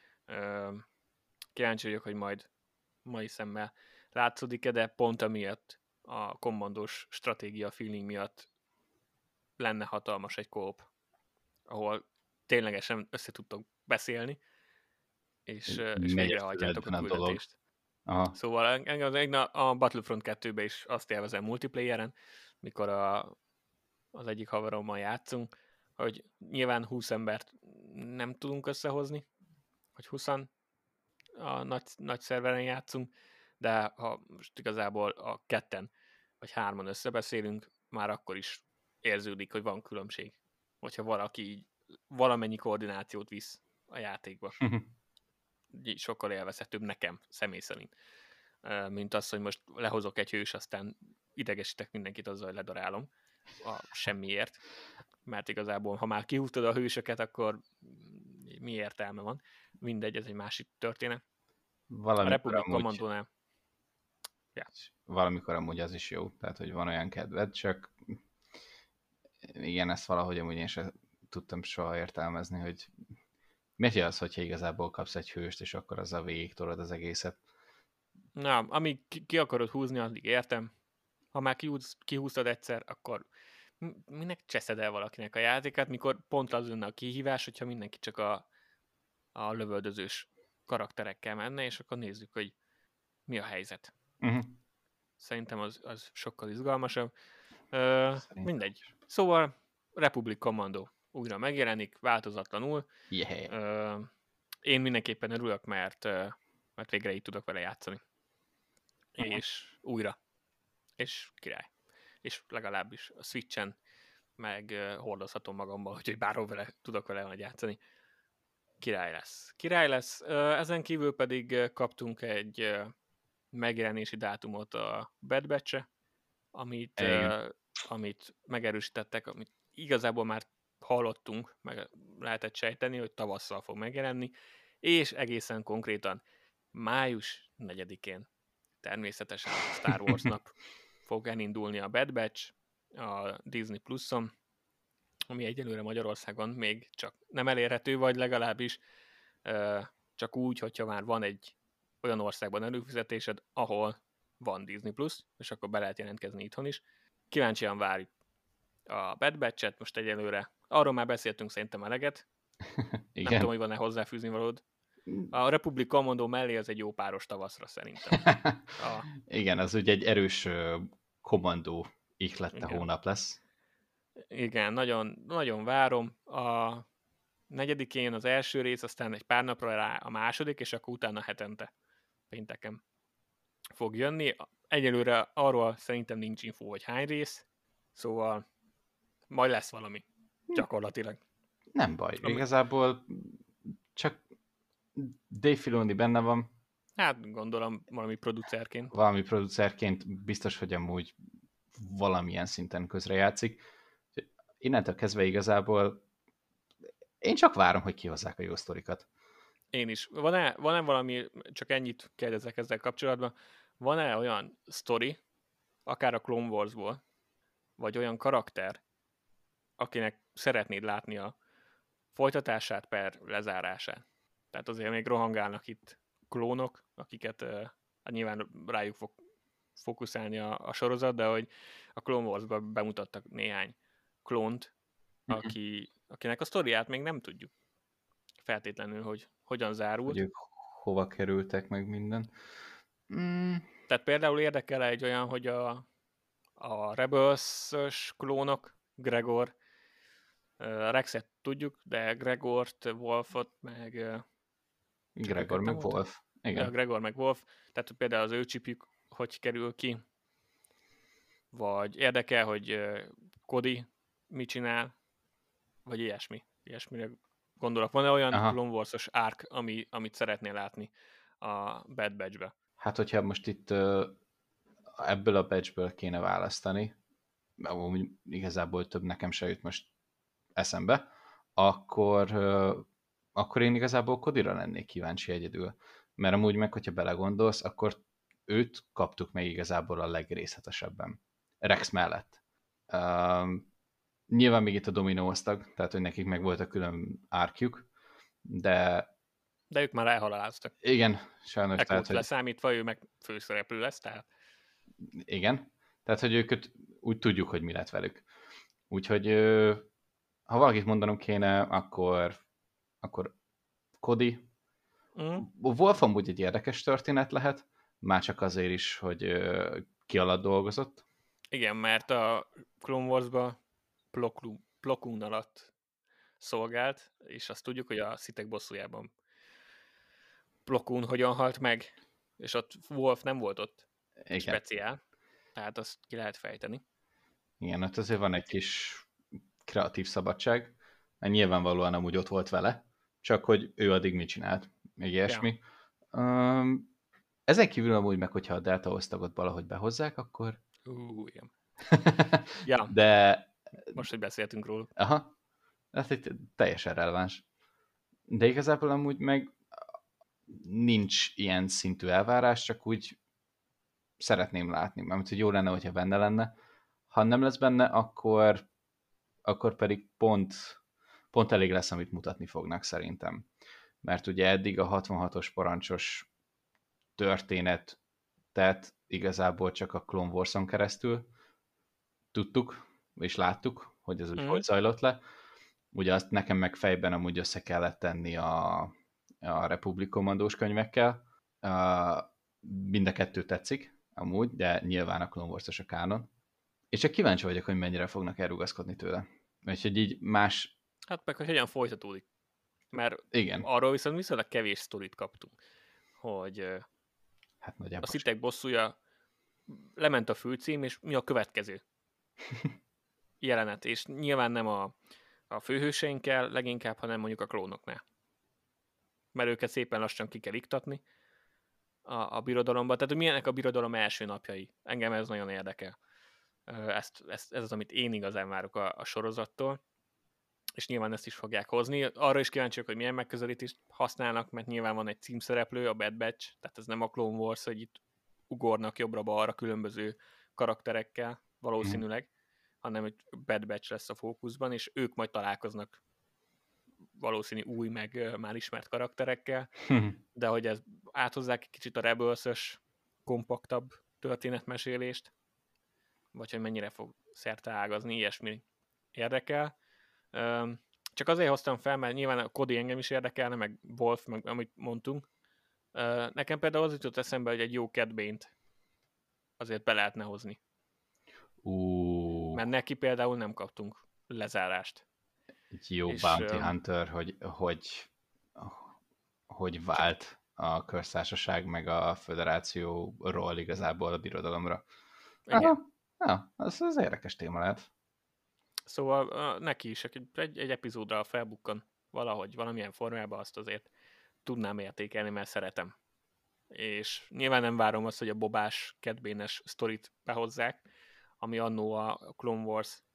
Kíváncsi vagyok, hogy majd mai szemmel látszódik-e, de pont amiatt a kommandós stratégia feeling miatt lenne hatalmas egy kóp, ahol ténylegesen össze tudtok beszélni, és, és végrehajtjátok a küldetést. Aha. Szóval engem a Battlefront kettőben is azt élvezem multiplayeren, mikor a, az egyik haverommal játszunk, hogy nyilván húsz embert nem tudunk összehozni, hogy húszan a nagy, nagy szerveren játszunk, de ha most igazából a ketten vagy hárman összebeszélünk, már akkor is érződik, hogy van különbség. Hogyha valaki így valamennyi koordinációt visz a játékba. Így sokkal élvezhetőbb nekem, személy szerint. Mint az, hogy most lehozok egy hős, aztán idegesítek mindenkit azzal, hogy ledarálom a semmiért. Mert igazából, ha már kihúztad a hősöket, akkor mi értelme van? Mindegy, ez egy másik történet. Valamikor a Republic Commandónál. Ja. Valamikor amúgy az is jó, tehát, hogy van olyan kedved, csak igen, ezt valahogy amúgy én sem tudtam soha értelmezni, hogy miért az, hogyha igazából kapsz egy hőst, és akkor azzal végig tolod az egészet. Na, amíg ki, ki akarod húzni, addig értem. Ha már kihúz, kihúztad egyszer, akkor minek cseszed el valakinek a játékát, mikor pont az lenne a kihívás, hogyha mindenki csak a, a lövöldözős karakterekkel menne, és akkor nézzük, hogy mi a helyzet. Uh-huh. Szerintem az, az sokkal izgalmasabb. Ö, Szerintem mindegy. is. Szóval Republic Commando újra megjelenik, változatlanul. Yeah. Ö, én mindenképpen örülök, mert, mert végre így tudok vele játszani. Uh-huh. És újra. És király. És legalábbis a Switchen meg uh, hordozhatom magamba, úgyhogy bárhol vele, tudok vele majd játszani. Király lesz. Király lesz. Uh, ezen kívül pedig uh, kaptunk egy uh, megjelenési dátumot a Bad Batch-e, amit, uh, amit megerősítettek, amit igazából már hallottunk, meg lehetett sejteni, hogy tavasszal fog megjelenni, és egészen konkrétan május negyedikén természetesen a Star Wars nap fog elindulni a Bad Batch a Disney Pluson, ami egyelőre Magyarországon még csak nem elérhető, vagy legalábbis uh, csak úgy, hogyha már van egy olyan országban előfizetésed, ahol van Disney Plus, és akkor be lehet jelentkezni itthon is. Kíváncsian várjuk a Bad Batch-et, most egyelőre. Arról már beszéltünk szerintem eleget. Igen. Nem tudom, hogy van-e hozzáfűzni valód. A Republic Commando mellé az egy jó páros tavaszra szerintem. A... Igen, az ugye egy erős kommandó ihlette Igen. hónap lesz. Igen, nagyon, nagyon várom. A negyedikén az első rész, aztán egy pár napra rá a második, és akkor utána hetente pénteken fog jönni. Egyelőre arról szerintem nincs infó, hogy hány rész, szóval majd lesz valami, gyakorlatilag. Nem baj, Ami... igazából csak Dave Filoni benne van. Hát gondolom valami producerként. Valami producerként biztos, hogy amúgy valamilyen szinten közrejátszik. Innentől kezdve igazából én csak várom, hogy kihozzák a jó sztorikat. Én is. Van-e, van-e valami, csak ennyit kérdezek ezzel kapcsolatban, van-e olyan sztori, akár a Clone Warsból, vagy olyan karakter, akinek szeretnéd látni a folytatását per lezárását? Tehát azért még rohangálnak itt klónok, akiket uh, hát nyilván rájuk fog fókuszálni a, a sorozat, de hogy a Clone Wars-ban bemutattak néhány klónt, aki, akinek a sztoriát még nem tudjuk feltétlenül, hogy hogyan zárult. Hogy ők hova kerültek, meg minden. Mm. Tehát például érdekel egy olyan, hogy a, a Rebels-ös klónok, Gregor, uh, Rexet tudjuk, de Gregort, Wolfot, meg... Uh, Gregor, meg voltak? Wolf. Igen. Ja, Gregor, meg Wolf. Tehát például az ő csipjük, hogy kerül ki. Vagy érdekel, hogy uh, Cody mit csinál, vagy ilyesmi. Ilyesmire gondolok. Van-e olyan Aha. Clone Wars-os árk, ami, amit szeretnél látni a Bad Batch-be? Hát, hogyha most itt uh, ebből a batchből kéne választani, amúgy igazából több nekem se jut most eszembe, akkor, uh, akkor én igazából Codira lennék kíváncsi egyedül. Mert amúgy meg, hogyha belegondolsz, akkor őt kaptuk meg igazából a legrészletesebben. Rex mellett. Uh, nyilván még itt a Domino osztag, tehát hogy nekik meg volt a külön árkjuk, de... De ők már elhaláloztak. Igen, sajnos. Ekkor tehát, hogy... leszámítva, ő meg főszereplő lesz, tehát... Igen, tehát hogy őket úgy tudjuk, hogy mi lett velük. Úgyhogy ha valakit mondanom kéne, akkor, akkor Cody. Mm. Wolf amúgy egy érdekes történet lehet, már csak azért is, hogy ki alatt dolgozott. Igen, mert a Clone Wars-ban Plo Koon alatt szolgált, és azt tudjuk, hogy a Sith bosszújában Plo Koon hogyan halt meg, és ott Wolf nem volt ott. Igen. Speciál, tehát azt ki lehet fejteni. Igen, ott azért van egy kis kreatív szabadság, mert nyilvánvalóan amúgy ott volt vele, csak hogy ő addig mit csinált, még ilyesmi. Ja. Um, ezen kívül amúgy meg, hogyha a Delta osztagot valahogy behozzák, akkor... Ú, igen. Ja, de... most, hogy beszéltünk róla. Aha, ez egy teljesen releváns. De igazából amúgy meg nincs ilyen szintű elvárás, csak úgy szeretném látni, mert hogy jó lenne, hogyha benne lenne. Ha nem lesz benne, akkor, akkor pedig pont, pont elég lesz, amit mutatni fognak szerintem. Mert ugye eddig a hatvanhatos parancsos történet tehát igazából csak a Clone Wars-on keresztül tudtuk, és láttuk, hogy ez úgy Mm. hogy zajlott le. Ugye azt nekem meg fejben amúgy össze kellett tenni a, a Republic Commandós könyvekkel. Uh, mind a kettő tetszik, amúgy, de nyilván a Clone Wars-os a kánon. És csak kíváncsi vagyok, hogy mennyire fognak elrugaszkodni tőle. Úgyhogy így más... Hát meg, hogy hogyan folytatódik. Mert Igen. arról viszont viszonylag kevés sztorit kaptunk, hogy Hát a szitek bosszúja lement a főcím, és mi a következő jelenet. És nyilván nem a, a főhőseinkkel leginkább, hanem mondjuk a klónoknál. Mert őket szépen lassan ki kell iktatni a, a birodalomba. Tehát, hogy milyenek a birodalom első napjai. Engem ez nagyon érdekel. Ezt, ezt, ez az, amit én igazán várok a, a sorozattól. És nyilván ezt is fogják hozni. Arra is kíváncsiak, hogy milyen megközelítést használnak, mert nyilván van egy címszereplő, a Bad Batch, tehát ez nem a Clone Wars, hogy itt ugornak jobbra-balra különböző karakterekkel valószínűleg, mm. hanem hogy Bad Batch lesz a fókuszban, és ők majd találkoznak valószínű új, meg már ismert karakterekkel, de hogy ez áthozzák egy kicsit a Rebels-ös, kompaktabb történetmesélést, vagy hogy mennyire fog szerte ágazni, ilyesmi érdekel. Csak azért hoztam fel, mert nyilván a Cody engem is érdekelne, meg Wolf, meg amit mondtunk. Nekem például az jutott eszembe, hogy egy jó Cad Bane-t azért be lehetne hozni. Uh. Mert neki például nem kaptunk lezárást. Egy jó és, Bounty um, Hunter, hogy, hogy, hogy vált a köztársaság meg a föderációról igazából a birodalomra. Igen. Ja, az, az érdekes téma lehet. Szóval uh, neki is egy, egy, egy epizódra felbukkan valahogy, valamilyen formában, azt azért tudnám értékelni, mert szeretem. És nyilván nem várom azt, hogy a bobás, Cad Bane-es sztorit behozzák, ami annó a Clone Wars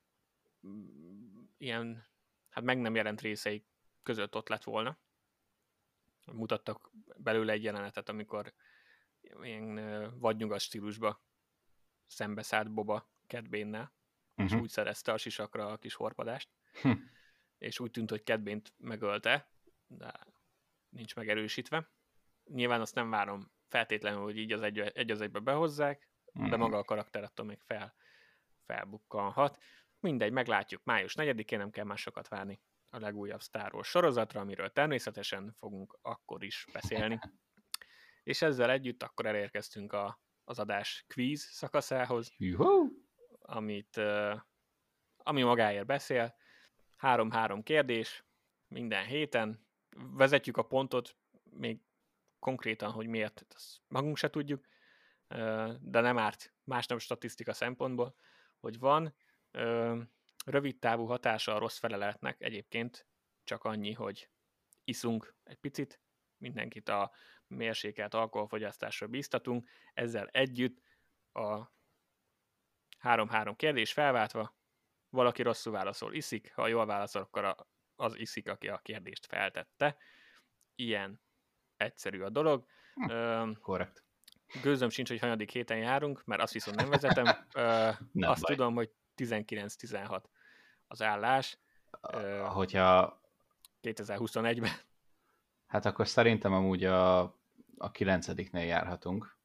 ilyen, hát meg nem jelent részei között ott lett volna. Mutattak belőle egy jelenetet, amikor ilyen vadnyugat stílusba szembeszállt Boba Cad Bane-nel, uh-huh. és úgy szerezte a sisakra a kis horpadást, hm. és úgy tűnt, hogy Cad Bane-t megölte, de nincs megerősítve. Nyilván azt nem várom feltétlenül, hogy így az egy, egy az egybe behozzák, mm. de maga a karakter attól még fel, felbukkanhat. Mindegy, meglátjuk. május negyedikén nem kell már sokat várni a legújabb Star Wars sorozatra, amiről természetesen fogunk akkor is beszélni. És ezzel együtt akkor elérkeztünk a, az adás quiz szakaszához, Juhu! amit, uh, ami magáért beszél. Három-három kérdés minden héten. Vezetjük a pontot, még konkrétan, hogy miért, azt magunk se tudjuk, de nem árt másnap statisztika szempontból, hogy van rövid távú hatása a rossz feleletnek, egyébként csak annyi, hogy iszunk egy picit, mindenkit a mérsékelt alkoholfogyasztásra bíztatunk, ezzel együtt a három-három kérdés felváltva, valaki rosszul válaszol, iszik, ha jól válaszol, akkor az iszik, aki a kérdést feltette. Ilyen egyszerű a dolog. Hm, korrekt. Gőzöm sincs, hogy hanyadik héten járunk, mert azt viszont nem vezetem. nem azt baj. Tudom, hogy tizenkilenc tizenhat az állás. Hogyha... kétezer-huszonegyben. Hát akkor szerintem amúgy a, a kilencediknél járhatunk.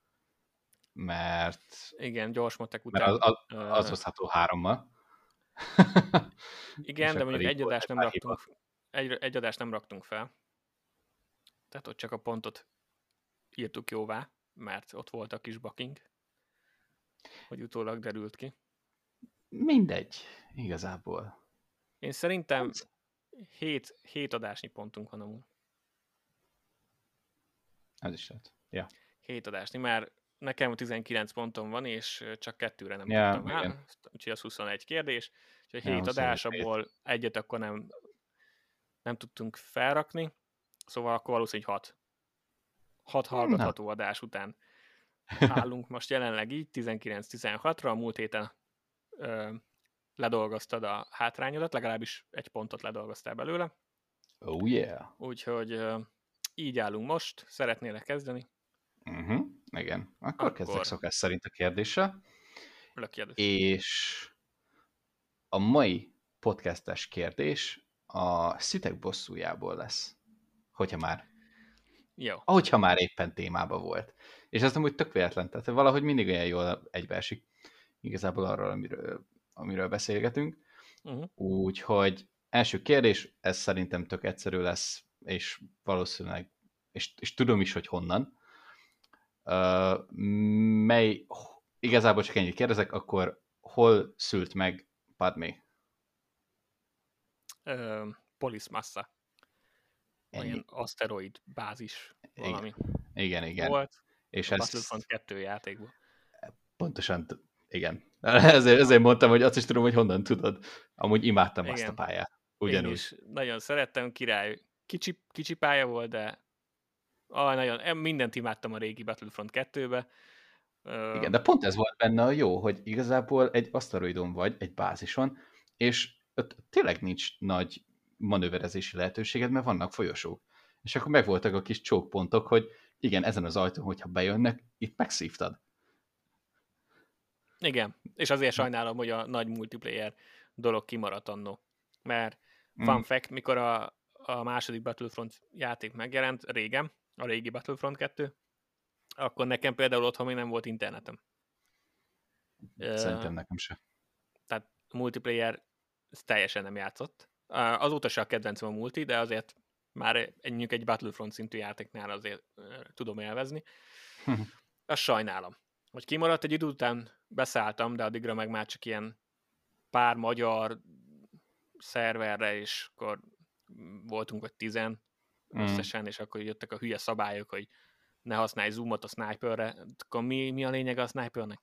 Mert... Igen, gyors matek után. Mert az, az, az hozható hárommal. Igen, de mondjuk egy adást nem raktunk, egy, egy adást nem raktunk fel. Tehát ott csak a pontot írtuk jóvá, mert ott volt a kis baking, hogy utólag derült ki. Mindegy, igazából. Én szerintem hét, hét adásnyi pontunk van amúgy. Ez is lehet. Ja. hét adásnyi, mert nekem tizenkilenc pontom van, és csak kettőre nem ja, tudtam rá, úgyhogy az huszonegy kérdés. Úgyhogy ja, hét adás, abból egyet akkor nem, nem tudtunk felrakni, szóval akkor valószínűleg hat. hat hallgatható adás után állunk most jelenleg így, tizenkilenc tizenhatra, a múlt héten ö, ledolgoztad a hátrányodat, legalábbis egy pontot ledolgoztál belőle. Oh yeah! Úgyhogy ö, így állunk most, szeretnél kezdeni? Uh-huh. Igen, akkor, akkor kezdek szokás szerint a kérdéssel. És a mai podcastes kérdés a szitek bosszújából lesz, hogyha már Jó. Ahogyha már éppen témában volt. És ez nem úgy tök véletlen, tehát valahogy mindig olyan jól egybeesik igazából arról, amiről amiről beszélgetünk. Uh-huh. Úgyhogy első kérdés, ez szerintem tök egyszerű lesz, és valószínűleg, és, és tudom is, hogy honnan. Uh, mely, igazából csak ennyit kérdezek, akkor hol szült meg Padmé? Uh, Polis Massa. Ennyi. Olyan aszteroid bázis valami. Igen, igen. igen. Volt És a ez Battlefront kettő játékból. pontosan, igen. Ezért, ezért mondtam, hogy azt is tudom, hogy honnan tudod. Amúgy imádtam igen. azt a pályát. Ugyanúgy. Én is nagyon szerettem, király. Kicsi, kicsi pálya volt, de ah, nagyon, mindent imádtam a régi Battlefront kettőbe. Igen, de pont ez volt benne a jó, hogy igazából egy aszteroidon vagy, egy bázison, és ott tényleg nincs nagy manőverezési lehetőséged, mert vannak folyosók. És akkor megvoltak a kis csókpontok, hogy igen, ezen az ajtón, hogyha bejönnek, itt megszívtad. Igen, és azért sajnálom, hogy a nagy multiplayer dolog kimaradt annó. Mert fun mm. fact, mikor a, a második Battlefront játék megjelent, régen, a régi Battlefront kettő, akkor nekem például otthon még nem volt internetem. Szerintem nekem se. Tehát multiplayer teljesen nem játszott. Azóta se a kedvencem a multi, de azért már egy, egy Battlefront szintű játéknál azért tudom élvezni. Azt sajnálom, hogy kimaradt, egy idő után beszálltam, de addigra meg már csak ilyen pár magyar szerverre, és akkor voltunk vagy tizen összesen, mm. és akkor jöttek a hülye szabályok, hogy ne használj zoomot a sniperre. Akkor mi, mi a lényeg a snipernek?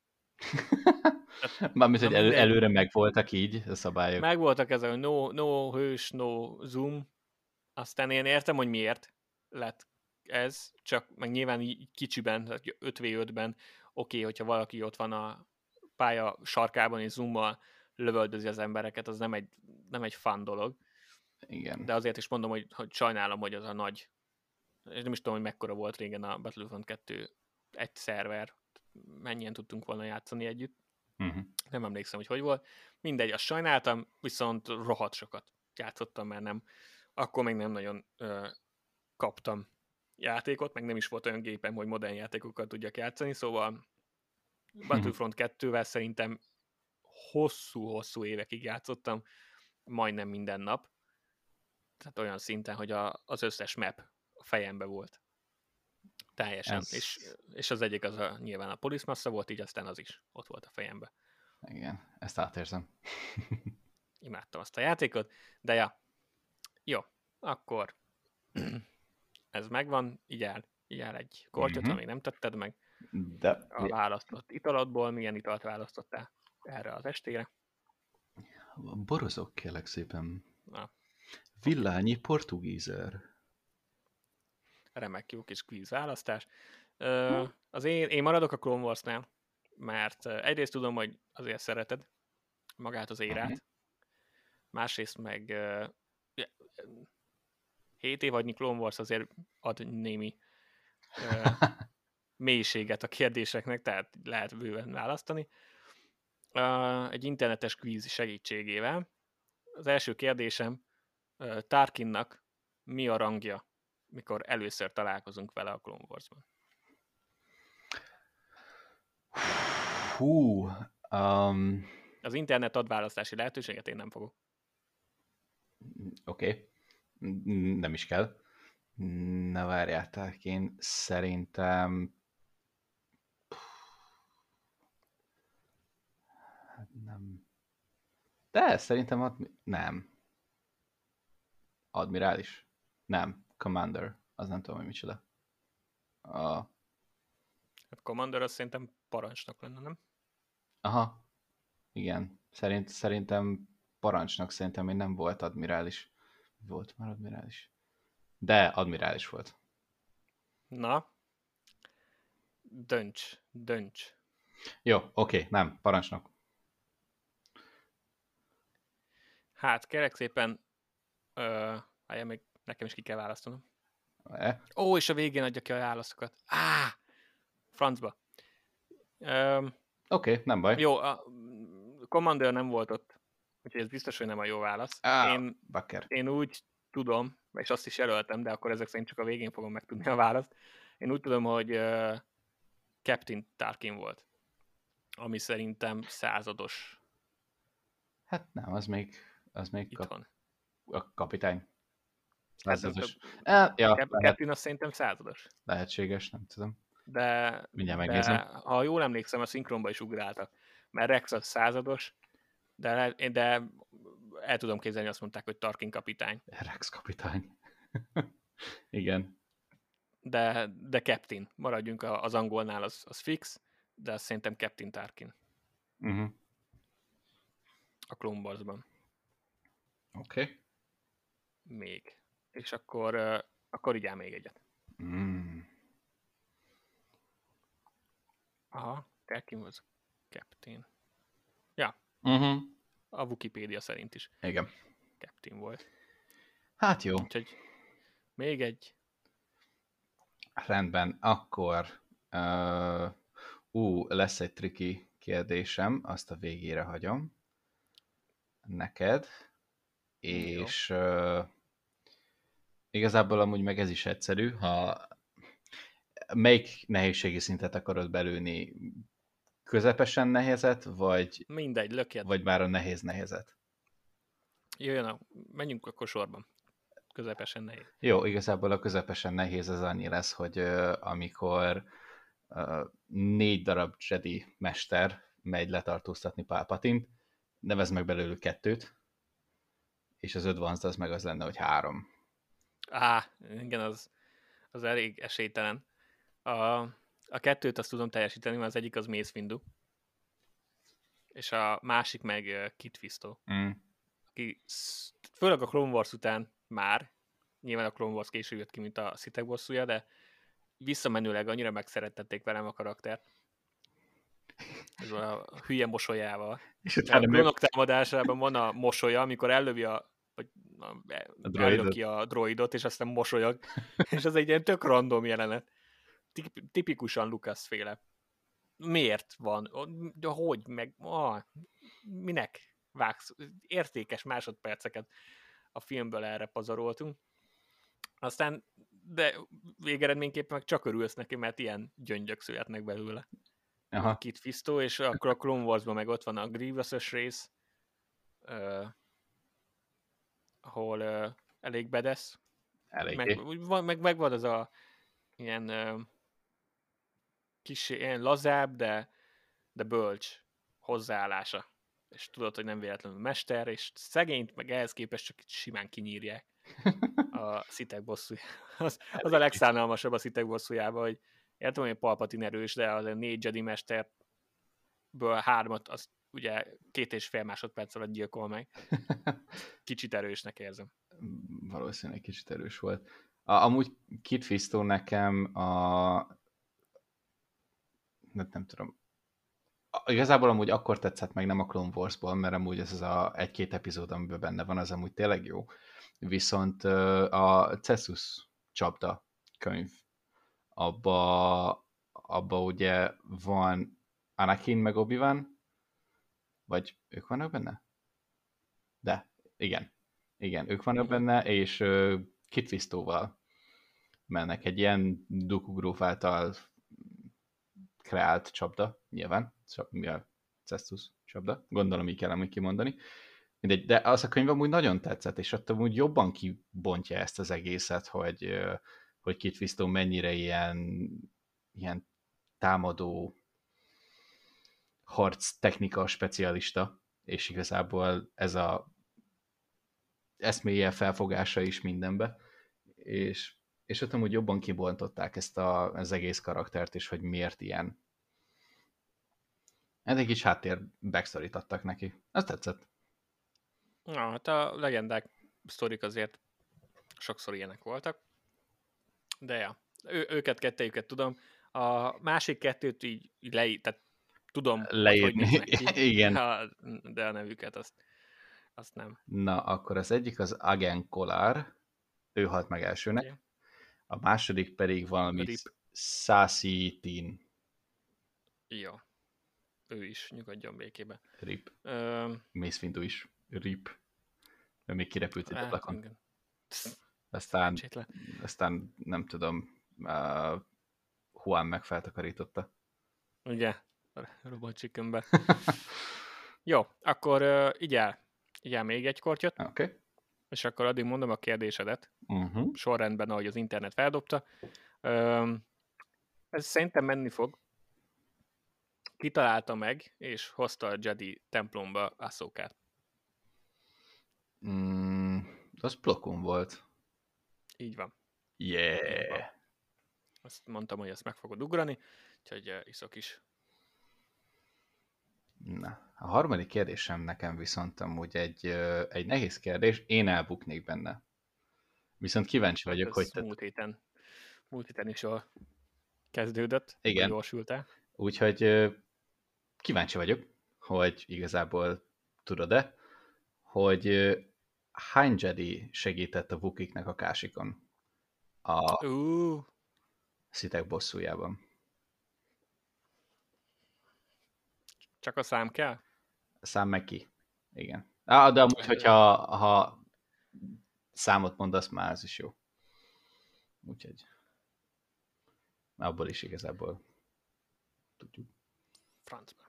Mármint, hogy elő, előre megvoltak így a szabályok. Megvoltak ezek, hogy no, no hős, no zoom. Aztán én értem, hogy miért lett ez, csak meg nyilván így kicsiben, öt vé ötben oké, okay, hogyha valaki ott van a pálya sarkában és zoommal lövöldözi az embereket, az nem egy, nem egy fun dolog. Igen. De azért is mondom, hogy, hogy sajnálom, hogy az a nagy, és nem is tudom, hogy mekkora volt régen a Battlefront kettő egy szerver, mennyien tudtunk volna játszani együtt. Uh-huh. Nem emlékszem, hogy hogy volt. Mindegy, azt sajnáltam, viszont rohadt sokat játszottam, mert nem, akkor még nem nagyon ö, kaptam játékot, meg nem is volt olyan gépem, hogy modern játékokat tudjak játszani, szóval Battlefront kettővel szerintem hosszú-hosszú évekig játszottam, majdnem minden nap. Tehát olyan szinten, hogy a, az összes map a fejembe volt. Teljesen. Ez... És, és az egyik az a, nyilván a Polis Massa volt, így aztán az is ott volt a fejembe. Igen, ezt átérzem. Imádtam azt a játékot, de ja, jó, akkor ez megvan, így áll, így áll egy kortyot, mm-hmm. amíg nem tetted meg. De... A választott italatból milyen italt választottál erre az estére? Borozok, kérlek szépen. Na. Villányi portugízer. Remek, jó kis quiz választás. Ö, az én, én maradok a Clone Wars-nál, mert egyrészt tudom, hogy azért szereted magát az érát, uh-huh. másrészt meg uh, hét évadnyi Clone Wars azért ad némi uh, mélységet a kérdéseknek, tehát lehet bőven választani. Uh, egy internetes quiz segítségével. Az első kérdésem, uh, Tarkinnak mi a rangja, mikor először találkozunk vele a Clone Wars-ban? Hú, um... Az internet ad választási lehetőséget, én nem fogok. Oké, okay. Nem is kell. Na várjátok, én szerintem... Nem. De szerintem admi... nem. Admirális? Nem. Commander. Az nem tudom, hogy micsoda. A... A Commander az szerintem parancsnok lenne, nem? Aha. Igen. Szerint, szerintem parancsnok, szerintem még nem volt admirális. Volt már admirális. De admirális volt. Na. Dönts. Dönts. Jó, oké, okay, nem. Parancsnok. Hát, kérlek szépen, ö, állja, még nekem is ki kell választanom. E? Ó, és a végén adja ki a válaszokat. Á! Francba. Oké, okay, nem baj. Jó, a Commander nem volt ott, úgyhogy ez biztos, hogy nem a jó válasz. Ah, én, bakker. én úgy tudom, és azt is jelöltem, de akkor ezek szerint csak a végén fogom megtudni a választ. Én úgy tudom, hogy uh, Captain Tarkin volt, ami szerintem százados Hát nem, az még, az még Itt kap, van. a kapitány. Hát nem Százados. tudom. Eh, ja, lehet, Captain azt szerintem százados. lehetséges, nem tudom. De, Mindjárt de megnézem. ha jól emlékszem, a szinkronba is ugráltak. Mert Rex az százados, de, le- de el tudom képzelni, azt mondták, hogy Tarkin kapitány. Rex kapitány. Igen. De, de Captain. Maradjunk a- az angolnál, az, az fix, de azt szerintem Captain Tarkin Uh-huh. a Clone Wars-ban. Oké. Okay. Még. És akkor, uh, akkor így áll még egyet. Mm. Aha, Tarkin was Captain. Ja, Uh-huh. a Wikipédia szerint is Igen. Captain volt. Hát jó. Úgyhogy még egy. Rendben, akkor uh, ú, lesz egy triki kérdésem, azt a végére hagyom neked, és uh, igazából amúgy meg ez is egyszerű, ha melyik nehézségi szintet akarod belőni, közepesen nehezet, vagy, Mindegy, lökjed. vagy már a nehéz nehezet? Jöjjön a... Menjünk akkor sorban. Közepesen nehéz. Jó, igazából a közepesen nehéz az annyi lesz, hogy uh, amikor uh, négy darab Jedi mester megy letartóztatni Palpatint, nevezd meg belőlük kettőt, és az Advanced az meg az lenne, hogy három. Á, igen, az, az elég esélytelen. A, a kettőt azt tudom teljesíteni, mert az egyik az Mace Windu, és a másik meg uh, Kit Fisto. Mm. Aki sz- főleg a Clone Wars után már, nyilván a Clone Wars később jött ki, mint a Sith bosszúja, de visszamenőleg annyira megszerettették velem a karaktert. Ez a hülye mosolyával. És A utána meg klónok támadásában van a mosolya, amikor ellövi a, vagy a, a droidot. ellöki a droidot, és aztán mosolyog. És az egy ilyen tök random jelenet. Tip- tipikusan Lucas féle. Miért van? De hogy? Meg, ah, minek vágsz? Értékes másodperceket a filmből erre pazaroltunk. Aztán, de végeredményképpen meg csak örülsz neki, mert ilyen gyöngyök születnek belőle. Aha. A Kit Fisto, és akkor a Clone Wars-ban meg ott van a Grievous-ös rész, uh, ahol uh, elég bedesz. Eléggé. Meg, van, meg, meg van az a ilyen uh, kis, ilyen lazább, de, de bölcs hozzáállása. És tudod, hogy nem véletlenül mester, és szegényt meg ehhez képest csak simán kinyírják a Sith bosszújában. Az, az a legszánalmasabb a Sith bosszújában, hogy értem, hogy Palpatine erős, de az a négy Jedi mesterből hármat, az ugye két és fél másodperc alatt gyilkol meg. Kicsit erősnek érzem. Valószínűleg kicsit erős volt. A, amúgy Kit Fisto nekem a... Nem, nem tudom. A, igazából amúgy akkor tetszett meg, nem a Clone Wars-ból, mert amúgy ez az a egy-két epizód, amiben benne van, az amúgy tényleg jó. Viszont a Cessus csapda könyv, abba, abba ugye van Anakin meg Obi-Wan, vagy ők vannak benne? De, igen. Igen, ők vannak Uh-huh. benne, és uh, Kit Fistoval mennek egy ilyen Dooku Gróf által kreált csapda, nyilván, mivel Cestus csapda, gondolom így kell amúgy kimondani. Mindegy, de az a könyv amúgy nagyon tetszett, és ott amúgy jobban kibontja ezt az egészet, hogy, hogy Kit Fisto mennyire ilyen, ilyen támadó harc technika specialista, és igazából ez a eszméje, felfogása is mindenbe, és, és ott amúgy jobban kibontották ezt a, az egész karaktert, és hogy miért ilyen. Egy kis háttér backstoryt adtak neki. Ez tetszett. Na, hát a legendák sztorik azért sokszor ilyenek voltak. De ja, ő, őket, kettejüket tudom. A másik kettőt így, így le, tehát tudom, Leírni. hogy hogy néznek ki. Igen. Ja, de a nevüket azt, azt nem. Na, akkor az egyik az Agen Kolar, ő halt meg elsőnek. Okay. A második pedig valami Sassy Tin. Jó. Ő is, nyugodjon békébe. Rip. Ö... Mace Windu is. Rip. Ő még kirepült egy ablakon. Psz, aztán, aztán nem tudom, uh, Juan meg feltakarította. Ugye? Robot Chickenbe. Jó, akkor uh, így el. Igen, még egy kortyot, Oké. Okay. és akkor addig mondom a kérdésedet, Uh-huh. sorrendben, ahogy az internet feldobta. Öm, ez szerintem menni fog. Kitalálta meg, és hozta a Jedi templomba Ahsokát. Mm, az Plo-Koon volt. Így van. Yeah! Így van. Azt mondtam, hogy ezt meg fogod ugrani, úgyhogy uh, iszok is. Na, a harmadik kérdésem nekem viszont amúgy egy, ö, egy nehéz kérdés, én elbuknék benne. Viszont kíváncsi Hát vagyok, ez hogy te... múlt héten, múlt héten is jól kezdődött, Igen. gyorsultál. Úgyhogy ö, kíváncsi vagyok, hogy igazából tudod-e, hogy ö, hány Jedi segített a Wookieeknek a Kásikon a Uh, Sithek bosszújában? csak a szám kell? Szám meg ki. Igen. Á, de amúgy, Ö, hogyha ha számot mondasz, már az is jó. Úgyhogy abból is igazából tudjuk. Francba.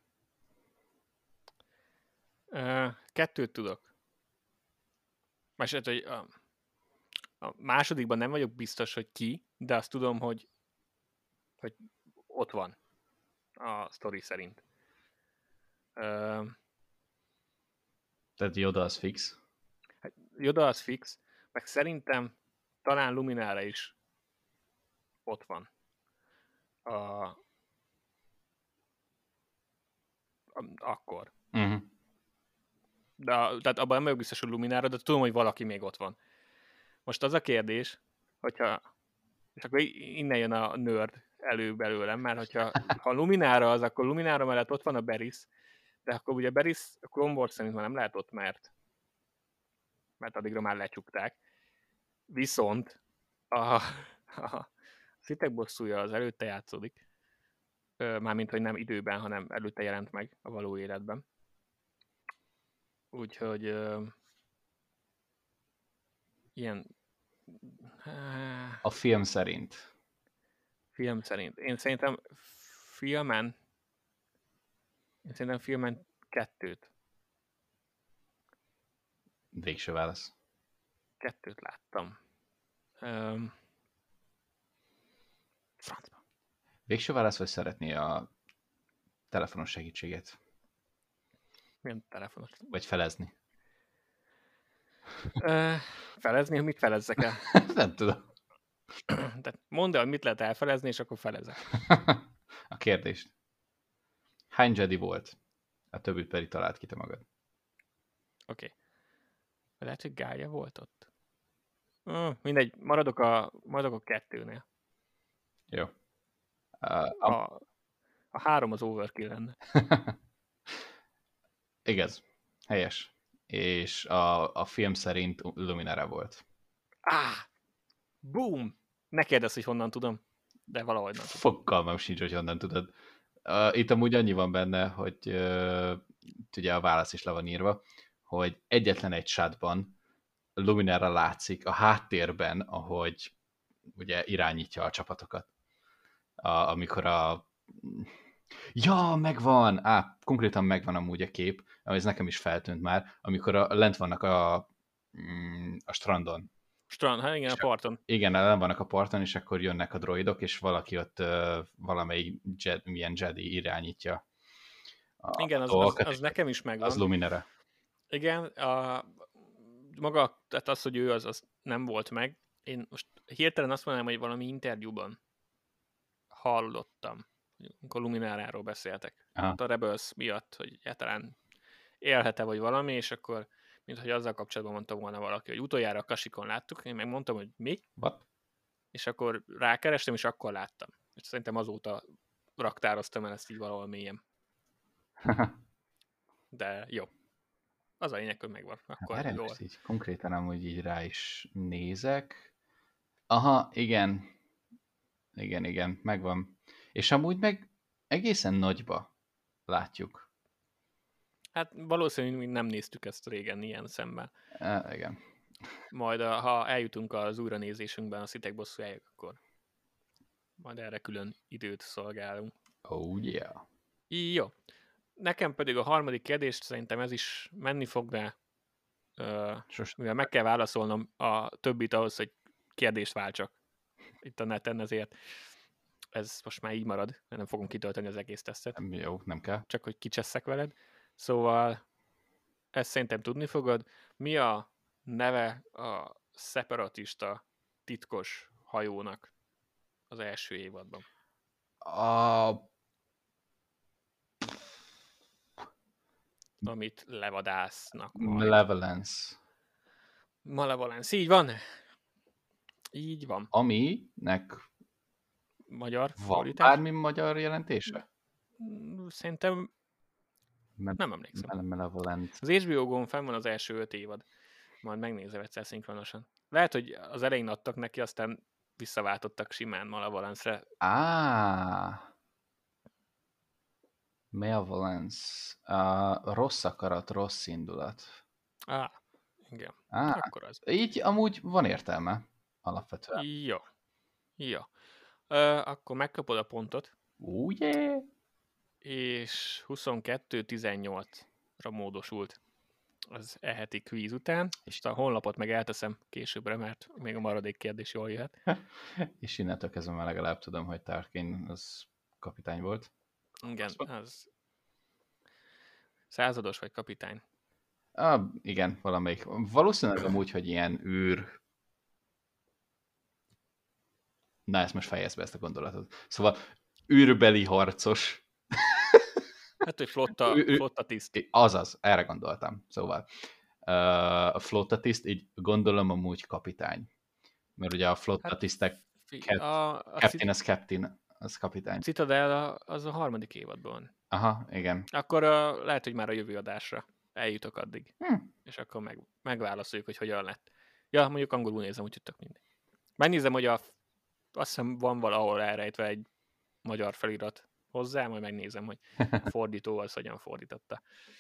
Ö, kettőt tudok. Másrészt, hogy a, a másodikban nem vagyok biztos, hogy ki, de azt tudom, hogy, hogy ott van a sztori szerint. Ö, Tehát Yoda az fix. hát Yoda az fix, meg szerintem talán Luminára is ott van. A, a, akkor. Uh-huh. De, tehát abban nem vagyok biztos, hogy Luminára, de tudom, hogy valaki még ott van. Most az a kérdés, hogyha, és akkor innen jön a nerd elő belőlem, mert hogyha ha Luminára az, akkor Luminára mellett ott van a Beris, de akkor ugye Beris a Clone Wars szerint már nem lehet ott, mert mert addigra már lecsukták. Viszont a, a Sithek bosszúja az előtte játszódik, mármint, hogy nem időben, hanem előtte jelent meg a való életben. Úgyhogy uh, ilyen A film szerint. film szerint. Én szerintem filmen én szerintem filmen kettőt. Végső válasz. Kettőt láttam. Um, francba. Végső válasz, vagy szeretné a telefonos segítséget? Milyen telefonos? Vagy felezni? Uh, felezni, mit felezzek el? Nem tudom. Tehát mondd el, hogy mit lehet elfelezni, és akkor felezek. A kérdést. Hány Jedi volt? A többit pedig talált ki te magad. Oké. Okay. Lehet, hogy Gája volt ott. Uh, mindegy, maradok a, maradok a kettőnél. Jó. Uh, a, a három az overkill lenne. Igaz. Helyes. És a, a film szerint Luminara volt. Ah! Boom! Ne kérdezz, hogy honnan tudom, de valahogy nem tudom. Fogalmam sincs, hogy honnan tudod. Uh, itt amúgy annyi van benne, hogy uh, ugye a válasz is le van írva, hogy egyetlen egy shotban Luminara látszik a háttérben, ahogy ugye irányítja a csapatokat. A, amikor a... Ja, megvan! Á, konkrétan megvan amúgy a kép, ez nekem is feltűnt már, amikor a, lent vannak a, mm, a strandon. Strand, hát igen, a parton. Igen, lent vannak a parton, és akkor jönnek a droidok, és valaki ott uh, valamelyik jed, milyen Jedi irányítja a, igen, a az, dolgokat. az, az nekem is megvan. Az Luminara. Igen, a, maga, tehát az, hogy ő az, az nem volt meg. Én most hirtelen azt mondanám, hogy valami interjúban hallottam, amikor Lumináráról beszéltek. Hát a Rebels miatt, hogy egyáltalán élhet-e vagy valami, és akkor, mint hogy azzal kapcsolatban mondta volna valaki, hogy utoljára a Kasikon láttuk, én megmondtam, hogy mi? What? És akkor rákerestem, és akkor láttam. És szerintem azóta raktároztam el ezt így valahol mélyen. De jó. Az a lényeg, hogy megvan. Akkor hát jól. így konkrétan amúgy így rá is nézek. Aha, igen. Igen, igen, megvan. És amúgy meg egészen nagyba látjuk. Hát valószínűleg nem néztük ezt régen ilyen szemmel. E, igen. Majd a, ha eljutunk az újranézésünkben a Sithek bosszújáig, akkor majd erre külön időt szolgálunk. Oh yeah. Jó. Nekem pedig a harmadik kérdés, szerintem ez is menni fog, de uh, Sosem. mivel meg kell válaszolnom a többit ahhoz, hogy kérdést váltsak itt a neten, ezért ez most már így marad, mert nem fogom kitölteni az egész tesztet. Nem, jó, nem kell. Csak hogy kicseszek veled. Szóval ezt szerintem tudni fogod. Mi a neve a szeparatista titkos hajónak az első évadban? A... Amit levadásznak majd. Malevolence. Malevolence, így van? Így van. Aminek Magyar van fordítás? bármi magyar jelentése? Szerintem Me- nem emlékszem. Malevolent. Az há bé o Go-n fenn van az első öt évad. Majd megnézem egyszer szinkronosan. Lehet, hogy az elején adtak neki, aztán visszaváltottak simán Malevolence-re. Á. Malevolence. Uh, rossz akarat, rossz indulat. Á, igen. Á, Akkor az. így amúgy van értelme, alapvetően. Jó. Jó. Ö, akkor megkapod a pontot, Úgy yeah. és huszonkettő tizennyolcra módosult az eheti kvíz után, és a honlapot meg elteszem későbbre, mert még a maradék kérdés jól jöhet. És innentől kezdve már legalább tudom, hogy Tarkin az kapitány volt. Igen, az százados vagy kapitány. Ah, igen, valamelyik. Valószínűleg amúgy, hogy ilyen űr... Na, ezt most fejezd be, ezt a gondolatot. Szóval űrbeli harcos. Hát, hogy flotta, Ő- ő- flotta tiszt. Azaz, erre gondoltam. Szóval uh, a flottatiszt, így gondolom amúgy kapitány. Mert ugye a flottatisztek, Fi- A, a captain az captain, az kapitány. Citadel az a harmadik évadban. Aha, igen. Akkor a, lehet, hogy már a jövő adásra eljutok addig. Hm. És akkor meg, megválaszoljuk, hogy hogyan lett. Ja, mondjuk angolul nézem, úgyhogy tök mindegy. Megnézem, hogy a, azt hiszem van valahol elrejtve egy magyar felirat hozzá, majd megnézem, hogy a fordító az hogyan fordította.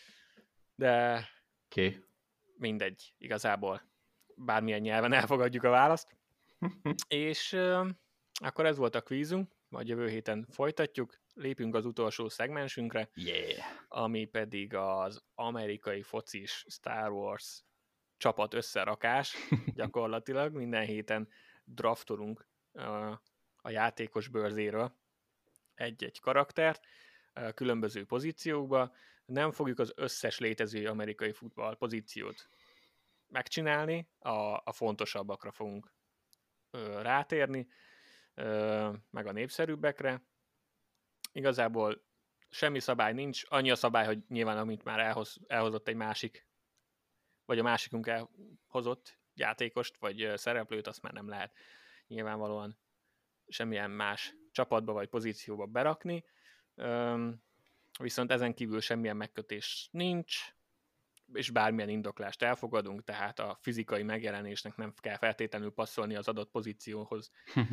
De Oké. Okay. mindegy, igazából bármilyen nyelven elfogadjuk a választ. És euh, akkor ez volt a kvízunk, majd jövő héten folytatjuk, lépünk az utolsó szegmensünkre, Yeah. ami pedig az amerikai focis Star Wars csapat összerakás, gyakorlatilag minden héten draftolunk uh, a játékos bőrzéről egy-egy karaktert uh, különböző pozíciókba. Nem fogjuk az összes létező amerikai futball pozíciót megcsinálni, a, a fontosabbakra fogunk uh, rátérni, uh, meg a népszerűbbekre. Igazából semmi szabály nincs, annyi a szabály, hogy nyilván amit már elhoz, elhozott egy másik, vagy a másikunk elhozott játékost, vagy szereplőt, azt már nem lehet nyilvánvalóan semmilyen más csapatba vagy pozícióba berakni. Üm, viszont ezen kívül semmilyen megkötés nincs, és bármilyen indoklást elfogadunk, tehát a fizikai megjelenésnek nem kell feltétlenül passzolni az adott pozícióhoz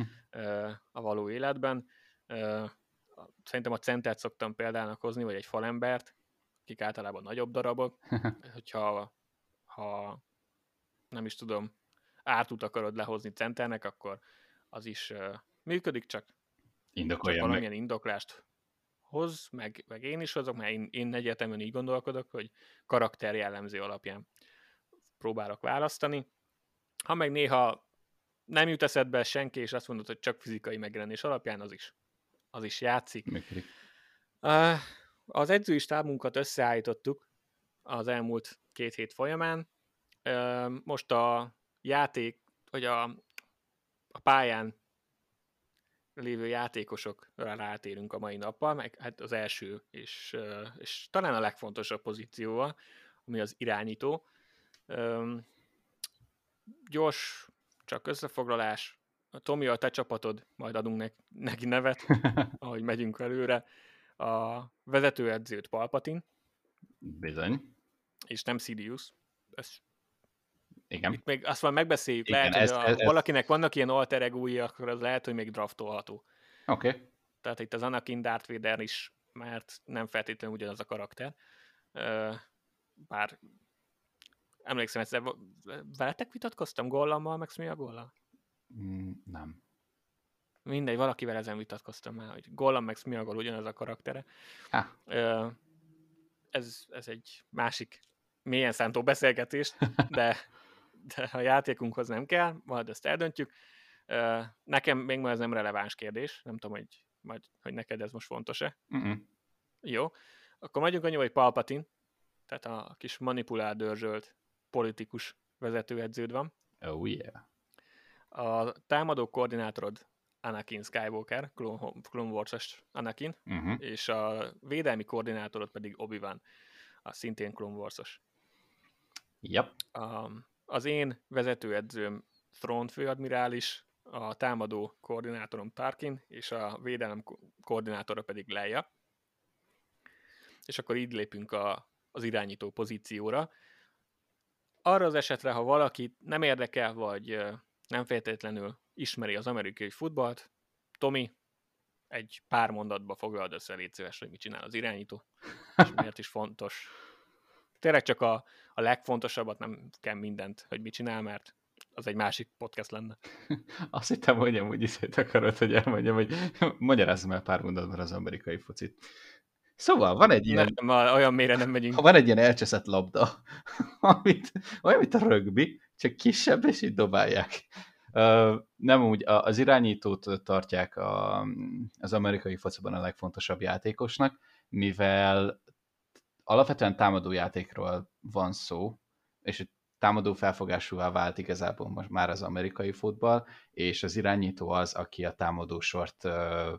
a való életben. Szerintem a centert szoktam példának hozni, vagy egy falembert, akik általában nagyobb darabok, hogyha ha nem is tudom, ártút akarod lehozni centernek, akkor az is uh, működik, csak, csak valamilyen meg. indoklást hoz, meg, meg én is hozok, mert én, én egyértelműen így gondolkodok, hogy karakter jellemző alapján próbálok választani. Ha meg néha nem jut eszedbe senki, és azt mondod, hogy csak fizikai megjelenés alapján, az is, az is játszik. Működik. Uh, az edzői stábunkat összeállítottuk az elmúlt két hét folyamán. Uh, most a játék, vagy a, a pályán lévő játékosokra rátérünk a mai nappal, meg hát az első, és, uh, és talán a legfontosabb pozícióval, ami az irányító. Um, gyors, csak összefoglalás. A Tomi, a te csapatod, majd adunk ne- neki nevet, ahogy megyünk előre. A vezetőedzőt Palpatine. Bizony. És nem Sidious. Ez igen. Itt még azt már megbeszéljük, igen, lehet, ez, hogy ez, ha valakinek vannak ilyen alter egói, akkor az lehet, hogy még draftolható. Oké. Okay. Tehát itt az Anakin Darth Vader is, mert nem feltétlenül ugyanaz a karakter. Bár emlékszem, egyszer veletek vitatkoztam Gollammal, meg mi a Gollal? Mm, nem. Mindegy, valakivel ezen vitatkoztam már, hogy Gollam meg Smeagol ugyanaz a karaktere. Ah. Ez, ez egy másik mélyen szántó beszélgetést, de, de a játékunkhoz nem kell, majd ezt eldöntjük. Nekem még ma ez nem releváns kérdés, nem tudom, hogy, majd, hogy neked ez most fontos-e. Uh-uh. Jó, akkor megyünk annyi, hogy Palpatine, tehát a kis manipulál dörzsölt politikus vezetőedződ van. Oh yeah. A támadó koordinátorod Anakin Skywalker, Clone, Clone Wars-os Anakin, uh-huh. és a védelmi koordinátorod pedig Obi-Wan, a szintén Clone Wars-os. Yep. A, az én vezetőedzőm Thrawn főadmirális, a támadó koordinátorom Tarkin, és a védelem koordinátora pedig Leia. És akkor így lépünk a, az irányító pozícióra. Arra az esetre, ha valaki nem érdekel, vagy nem feltétlenül ismeri az amerikai futballt, Tomi, egy pár mondatba foglald össze, légy szíves, hogy mit csinál az irányító, és miért is fontos. Tényleg csak a, a legfontosabbat, nem kell mindent, hogy mit csinál, mert az egy másik podcast lenne. Azt hittem, hogy amúgy iszét akarod, hogy elmondjam, hogy magyarázzam el pár mondatban az amerikai focit. Szóval van egy ilyen... Nem, olyan mélyre nem megyünk. Van egy ilyen elcseszett labda, amit, olyan, mint a rögbi, csak kisebb, és így dobálják. Uh, nem úgy, az irányítót tartják a, az amerikai fociban a legfontosabb játékosnak, mivel alapvetően támadó játékról van szó, és támadó felfogásúvá vált igazából most már az amerikai futball, és az irányító az, aki a támadósort uh,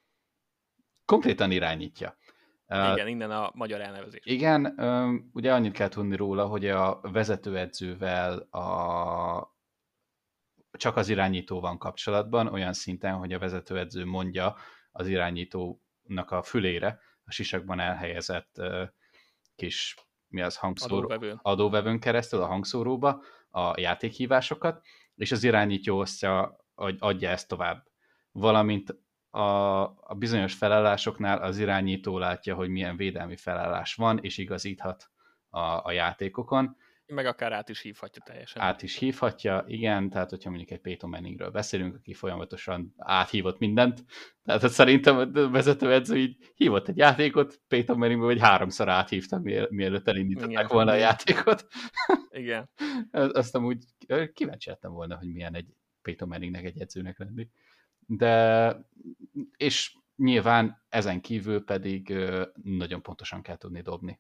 konkrétan irányítja. Igen, innen a magyar elnevezés. Igen, ugye annyit kell tudni róla, hogy a vezetőedzővel a... csak az irányító van kapcsolatban, olyan szinten, hogy a vezetőedző mondja az irányítónak a fülére, a sisakban elhelyezett kis mi az, hangszóró, adóvevőn. adóvevőn keresztül a hangszóróba a játékhívásokat, és az irányító osztja, adja ezt tovább. Valamint A, a bizonyos felállásoknál az irányító látja, hogy milyen védelmi felállás van, és igazíthat a, a játékokon. Meg akár át is hívhatja teljesen. Át is hívhatja, igen, tehát hogyha mondjuk egy Peyton Manningről beszélünk, aki folyamatosan áthívott mindent, tehát szerintem a vezetőedző így hívott egy játékot, Peyton Manningből vagy háromszor áthívta, mielőtt elindították volna a játékot. Igen. Azt amúgy kíváncsi lettem volna, hogy milyen egy Peyton Manningnek egy edzőnek lenni. De, és nyilván ezen kívül pedig nagyon pontosan kell tudni dobni.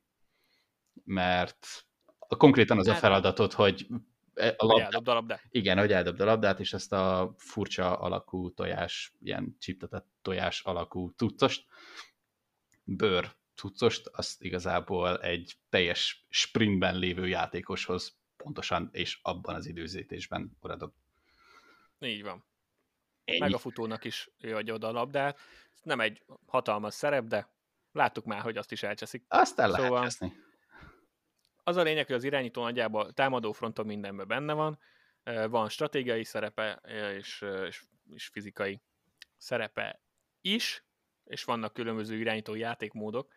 Mert konkrétan az a feladatod, hogy a labdát, eldobd a labdát. Igen, hogy eldobd a labdát, és ezt a furcsa alakú tojás, ilyen csiptatett tojás alakú cuccost, bőr cuccost, azt igazából egy teljes sprintben lévő játékoshoz pontosan és abban az időzítésben odadob. Így van. Ennyi. Meg a futónak is ő adja oda a labdát. Nem egy hatalmas szerep, de láttuk már, hogy azt is elcseszik. Azt el szóval lehet cseszni. Az a lényeg, hogy az irányító nagyjából támadó fronton mindenben benne van. Van stratégiai szerepe és, és, és fizikai szerepe is, és vannak különböző irányító játékmódok.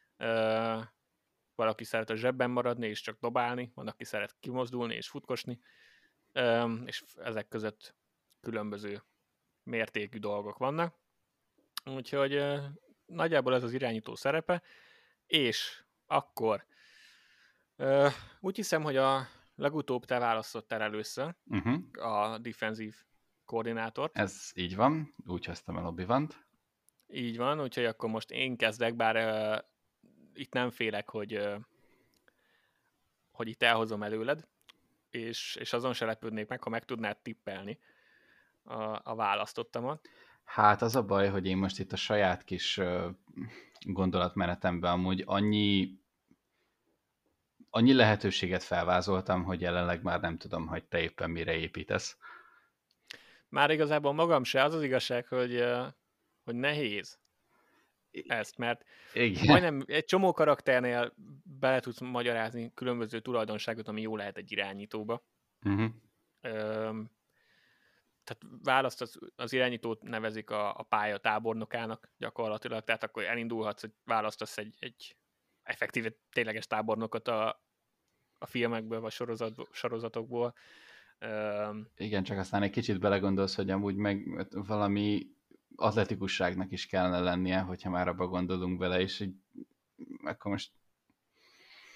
Valaki szeret a zsebben maradni és csak dobálni, van, aki szeret kimozdulni és futkosni, és ezek között különböző mértékű dolgok vannak. Úgyhogy uh, nagyjából ez az irányító szerepe, és akkor uh, úgy hiszem, hogy a legutóbb te választottál először uh-huh. a defensív koordinátort. Ez így van, úgy hoztam el Obi-Want. Így van, úgyhogy akkor most én kezdek, bár uh, itt nem félek, hogy, uh, hogy itt elhozom előled, és, és azon se lepődnék meg, ha meg tudnád tippelni a, a választottamat. Hát az a baj, hogy én most itt a saját kis gondolatmenetemben amúgy annyi, annyi lehetőséget felvázoltam, hogy jelenleg már nem tudom, hogy te éppen mire építesz. Már igazából magam se, az az igazság, hogy, hogy nehéz ezt, mert igen. Majdnem egy csomó karakternél bele tudsz magyarázni különböző tulajdonságot, ami jó lehet egy irányítóba. Uh-huh. Üm, tehát választ az, az irányítót nevezik a, a pálya tábornokának gyakorlatilag, tehát akkor elindulhatsz, hogy választasz egy, egy effektíve tényleges tábornokot a, a filmekből vagy sorozat, sorozatokból. Um, Igen, csak aztán egy kicsit belegondolsz, hogy amúgy meg valami atletikusságnak is kellene lennie, hogyha már abba gondolunk bele, és így akkor most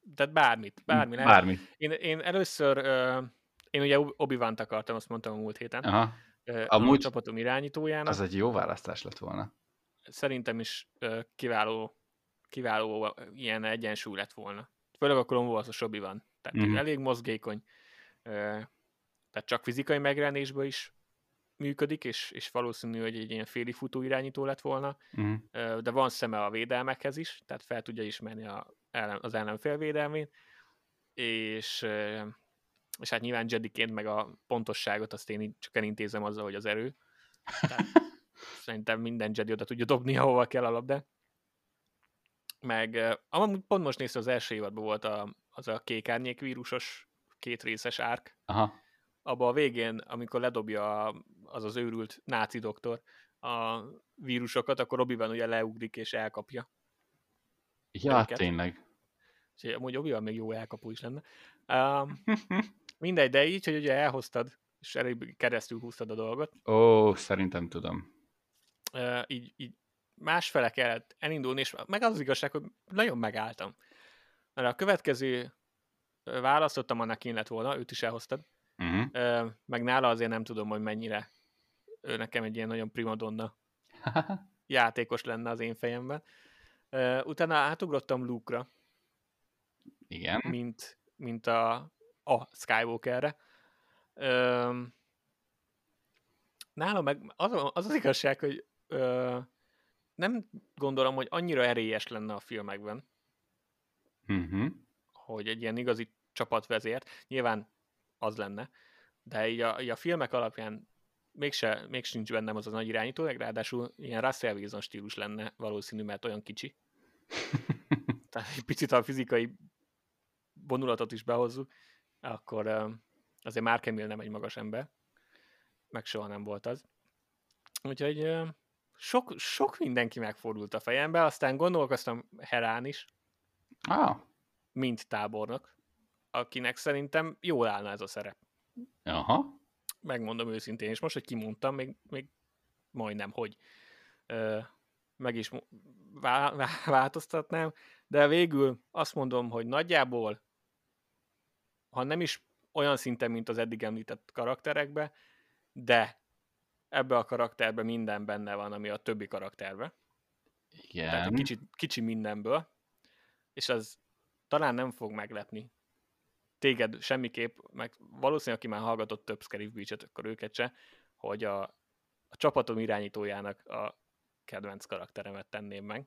Tehát bármit, bármi lehet. Bármi. Én, én először, uh, én ugye Obi-Wan-t akartam, azt mondtam a múlt héten, Aha. uh, a Amúgy csapatom irányítójának. az egy jó választás lett volna. Szerintem is uh, kiváló, kiváló uh, ilyen egyensúly lett volna. Főleg a Clone Wars-os Obi-Wan. Tehát Mhm. elég mozgékony, uh, tehát csak fizikai megjelenésből is működik, és, és valószínű, hogy egy ilyen félig futó irányító lett volna, Mhm. uh, de van szeme a védelmekhez is, tehát fel tudja ismerni a, ellen, az ellenfél védelmét, és, uh, és hát nyilván Jediként meg a pontosságot azt én csak elintézem azzal, hogy az erő. Tehát szerintem minden Jedi oda tudja dobni, ahova kell a labdát. Meg uh, amúgy pont most nézve az első évadban volt a, az a kék árnyék vírusos két részes árk. Aha. Abba a végén, amikor ledobja az az őrült náci doktor a vírusokat, akkor Obi-Wan ugye leugrik és elkapja. Ja, őket. tényleg. Úgyhogy amúgy Obi-Wan még jó elkapó is lenne. Um, mindegy, de így, hogy ugye elhoztad, és elég keresztül húztad a dolgot. Ó, szerintem tudom. Uh, így, így másfele kellett elindulni, és meg az, az igazság, hogy nagyon megálltam. Mert a következő választottam, Anakin lett volna, őt is elhoztad. Uh-huh. Uh, meg nála azért nem tudom, hogy mennyire ő nekem egy ilyen nagyon primadonna játékos lenne az én fejemben. Uh, utána átugrottam Luke-ra, Igen. mint, mint a, a Skywalkerre. Uh, nála meg az, az az igazság, hogy uh, nem gondolom, hogy annyira erélyes lenne a filmekben, Uh-huh. hogy egy ilyen igazi csapatvezért. Nyilván az lenne, de így a, így a filmek alapján mégse, még sincs bennem az a nagy irányító, ráadásul ilyen Russell Wilson stílus lenne valószínű, mert olyan kicsi. Tehát egy picit a fizikai vonulatot is behozzuk, akkor azért Mark Hamill nem egy magas ember, meg soha nem volt az. Úgyhogy sok, sok mindenki megfordult a fejembe, aztán gondolkoztam Herán is, Ah. mint tábornok, akinek szerintem jól állna ez a szerep. Aha. Megmondom őszintén, és most, hogy kimondtam, még, még majdnem, hogy ö, meg is vá- vá- változtatnám, de végül azt mondom, hogy nagyjából, ha nem is olyan szinten, mint az eddig említett karakterekbe, de ebbe a karakterbe minden benne van, ami a többi karakterbe. Igen. Tehát egy kicsi, kicsi mindenből, és az talán nem fog meglepni téged semmiképp, meg valószínűleg, aki már hallgatott több Scarif Beach-et, akkor őket se, hogy a, a csapatom irányítójának a kedvenc karakteremet tenném meg.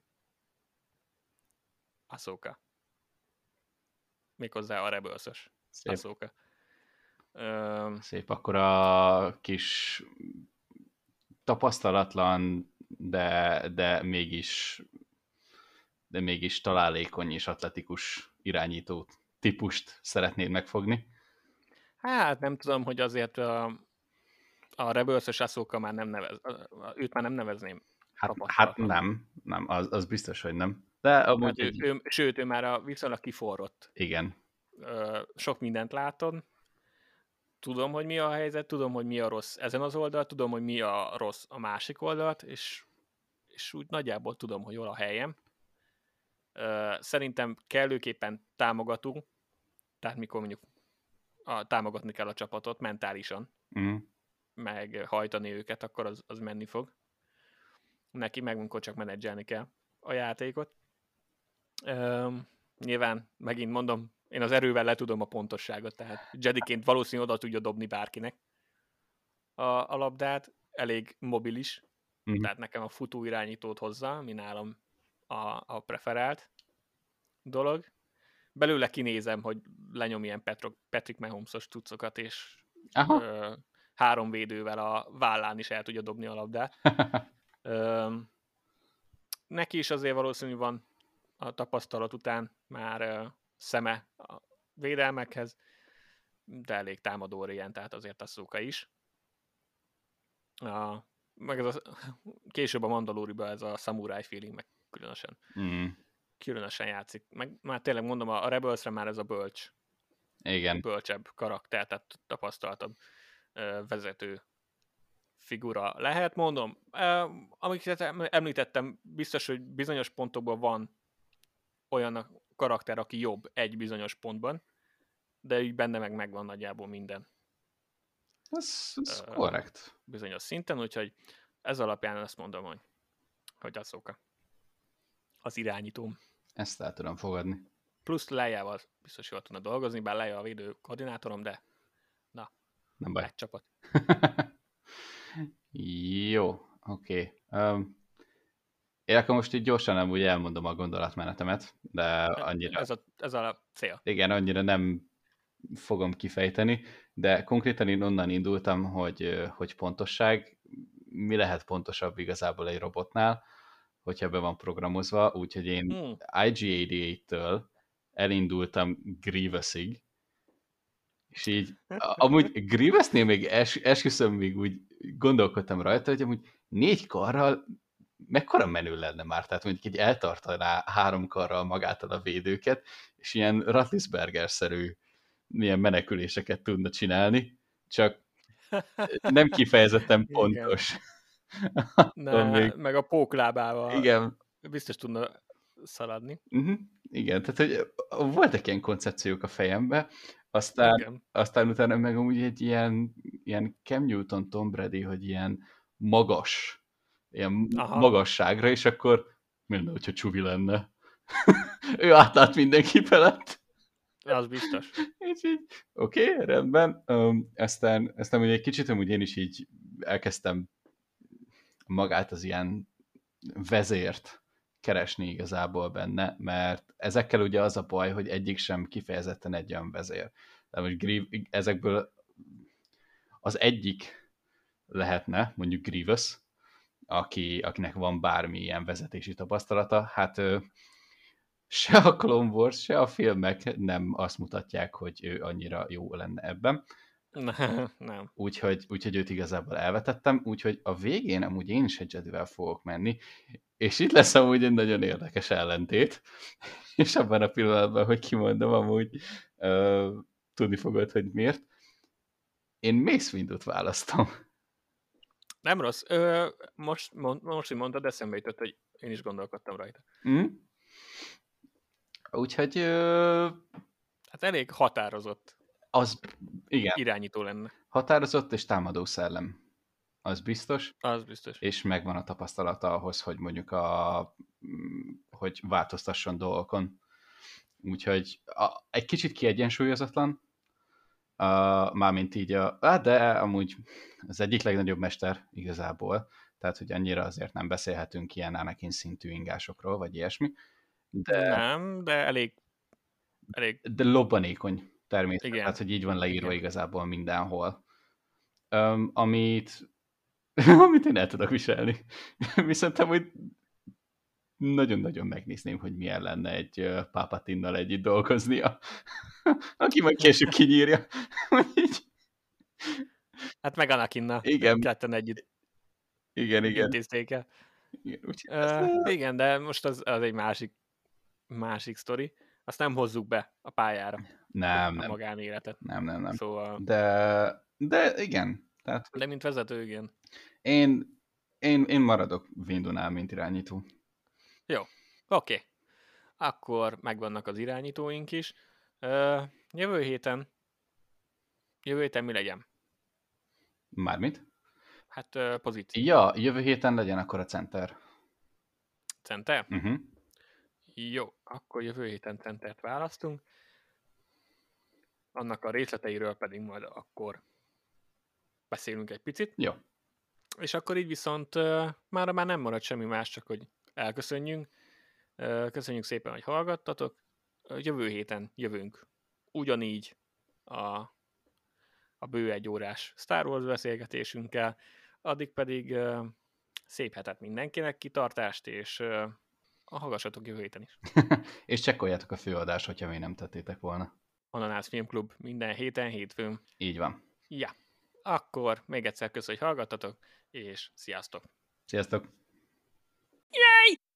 Ahsoka. Méghozzá a Rebels-ös Szép. Ahsoka. Öm, Szép, akkor a kis tapasztalatlan, de, de mégis de mégis találékony és atletikus irányító típust szeretnéd megfogni. hát nem tudom, hogy azért a, a Rebels-ös Ahsoka már nem nevez, őt már nem nevezném. Hát, hát nem, nem, az, az biztos, hogy nem. De amúgy hát egy... ő, ő, sőt, ő már a viszonylag kiforrott. Igen. Ö, sok mindent látod. Tudom, hogy mi a helyzet, tudom, hogy mi a rossz ezen az oldal, tudom, hogy mi a rossz a másik oldalt, és, és úgy nagyjából tudom, hogy hol a helyem. Ö, szerintem kellőképpen támogatunk, tehát mikor mondjuk a, támogatni kell a csapatot mentálisan, Mm. meg hajtani őket, akkor az, az menni fog. Neki meg amikor csak menedzselni kell a játékot. Ö, nyilván, megint mondom, én az erővel letudom a pontosságot, tehát Jediként valószínűleg oda tudja dobni bárkinek a, a labdát, elég mobilis, Mm. tehát nekem a futó irányítót hozza, ami nálam a, a preferált dolog. Belőle kinézem, hogy lenyom ilyen Petro, Patrick Mahomes-os tucokat, és ö, három védővel a vállán is el tudja dobni a labdát. ö, neki is azért valószínű van a tapasztalat után már ö, szeme a védelmekhez, de elég támadóorientált azért Ahsoka is. A, meg ez a, később a Mandaloriban ez a samurai feeling meg különösen, Mm. különösen játszik. Meg már tényleg mondom, a Rebelsre már ez a bölcs, Igen. bölcsebb karakter, tehát tapasztaltabb vezető figura lehet. Mondom, amiket említettem, biztos, hogy bizonyos pontokban van olyan karakter, aki jobb egy bizonyos pontban, de így benne meg megvan nagyjából minden. Ez, ez Ö, korrekt. bizonyos szinten, úgyhogy ez alapján azt mondom, hogy, hogy Ahsoka az irányítóm. Ezt el tudom fogadni. Plusz Leiával biztos jól tudna dolgozni, bár Leia a védő koordinátorom, de na, Nem baj. egy csapat. Jó, oké. Okay. Um, én akkor most így gyorsan nem úgy elmondom a gondolatmenetemet, de annyira... Ez a, ez a cél. Igen, annyira nem fogom kifejteni, de konkrétan én onnan indultam, hogy, hogy pontosság, mi lehet pontosabb igazából egy robotnál, hogyha be van programozva, úgyhogy én Hmm. I G nyolcvannyolctól elindultam Grievousig, és így, amúgy Grievousnél még es, esküszöm, még úgy gondolkodtam rajta, hogy amúgy négy karral mekkora menő lenne már, tehát mondjuk így eltartaná három karral magától a védőket, és ilyen Ratlisberger-szerű milyen meneküléseket tudna csinálni, csak nem kifejezetten pontos. Ne, még... meg a póklábával Igen. biztos tudna szaladni. Uh-huh. Igen, tehát hogy voltak ilyen koncepciók a fejembe, aztán, Igen. aztán utána meg amúgy egy ilyen, ilyen Cam Newton, Tom Brady, hogy ilyen magas, ilyen Aha. magasságra, és akkor mi lenne, hogyha Csuvi lenne? Ő átlát mindenki felett. Az biztos. És így, oké, okay, rendben. Um, aztán, aztán ugye egy kicsit amúgy én is így elkezdtem magát az ilyen vezért keresni igazából benne, mert ezekkel ugye az a baj, hogy egyik sem kifejezetten egy olyan vezér. De most Grievous, ezekből az egyik lehetne, mondjuk Grievous, aki, akinek van bármilyen vezetési tapasztalata, hát se a Clone Wars, se a filmek nem azt mutatják, hogy ő annyira jó lenne ebben. Nem. Úgyhogy, úgyhogy őt igazából elvetettem, úgyhogy a végén amúgy én is egy Jedivel fogok menni, és itt lesz amúgy egy nagyon érdekes ellentét, és abban a pillanatban, hogy kimondom, amúgy uh, tudni fogod, hogy miért. Én Mace Windut választom. Nem rossz. Ö, most, mond, most, hogy mondtad, eszembe jutott, hogy én is gondolkodtam rajta. Mm? Úgyhogy... Uh, hát elég határozott az, igen. irányító lenne. Határozott és támadó szellem. Az biztos. Az biztos. És megvan a tapasztalata ahhoz, hogy mondjuk a, hogy változtasson dolgokon. Úgyhogy a, egy kicsit kiegyensúlyozatlan, a, mármint így a, de amúgy az egyik legnagyobb mester igazából, tehát hogy annyira azért nem beszélhetünk ilyen Anakin szintű ingásokról, vagy ilyesmi. De, nem, de elég, elég... De lobbanékony természet, Igen. tehát hogy így van leírva Igen. igazából mindenhol. Um, amit amit én el tudok viselni. Viszont amúgy nagyon-nagyon megnézném, hogy milyen lenne egy uh, Palpatinnal együtt dolgoznia, aki majd később kinyírja. hát meg Anakinnal. Igen. Ketten együtt igen, igen. intézték el. Igen, úgy, uh, igen, de most az, az egy másik, másik sztori. Azt nem hozzuk be a pályára. Nem, a nem. magánéletet. Nem, nem, nem. Szóval... De, de igen. Tehát, de mint vezető, igen. Én, én, én maradok Windunál, mint irányító. Jó, oké. Okay. Akkor megvannak az irányítóink is. Uh, jövő héten jövő héten mi legyen? Mármint? Hát uh, pozíció. Ja, jövő héten legyen akkor a center. Center? Uh-huh. Jó, akkor jövő héten centert választunk. Annak a részleteiről pedig majd akkor beszélünk egy picit. Jó. És akkor így viszont uh, mára már nem marad semmi más, csak hogy elköszönjünk. Uh, köszönjük szépen, hogy hallgattatok. Uh, jövő héten jövünk ugyanígy a, a bő egy órás Star Wars beszélgetésünkkel. Addig pedig uh, szép hetet mindenkinek, kitartást, és uh, hallgassatok jövő héten is. És csekkoljátok a főadást, hogyha még nem tettétek volna. Ananász Filmklub minden héten, hétfőn. Így van. Ja. Akkor még egyszer köszönjük, hogy hallgattatok, és sziasztok! Sziasztok! Yay!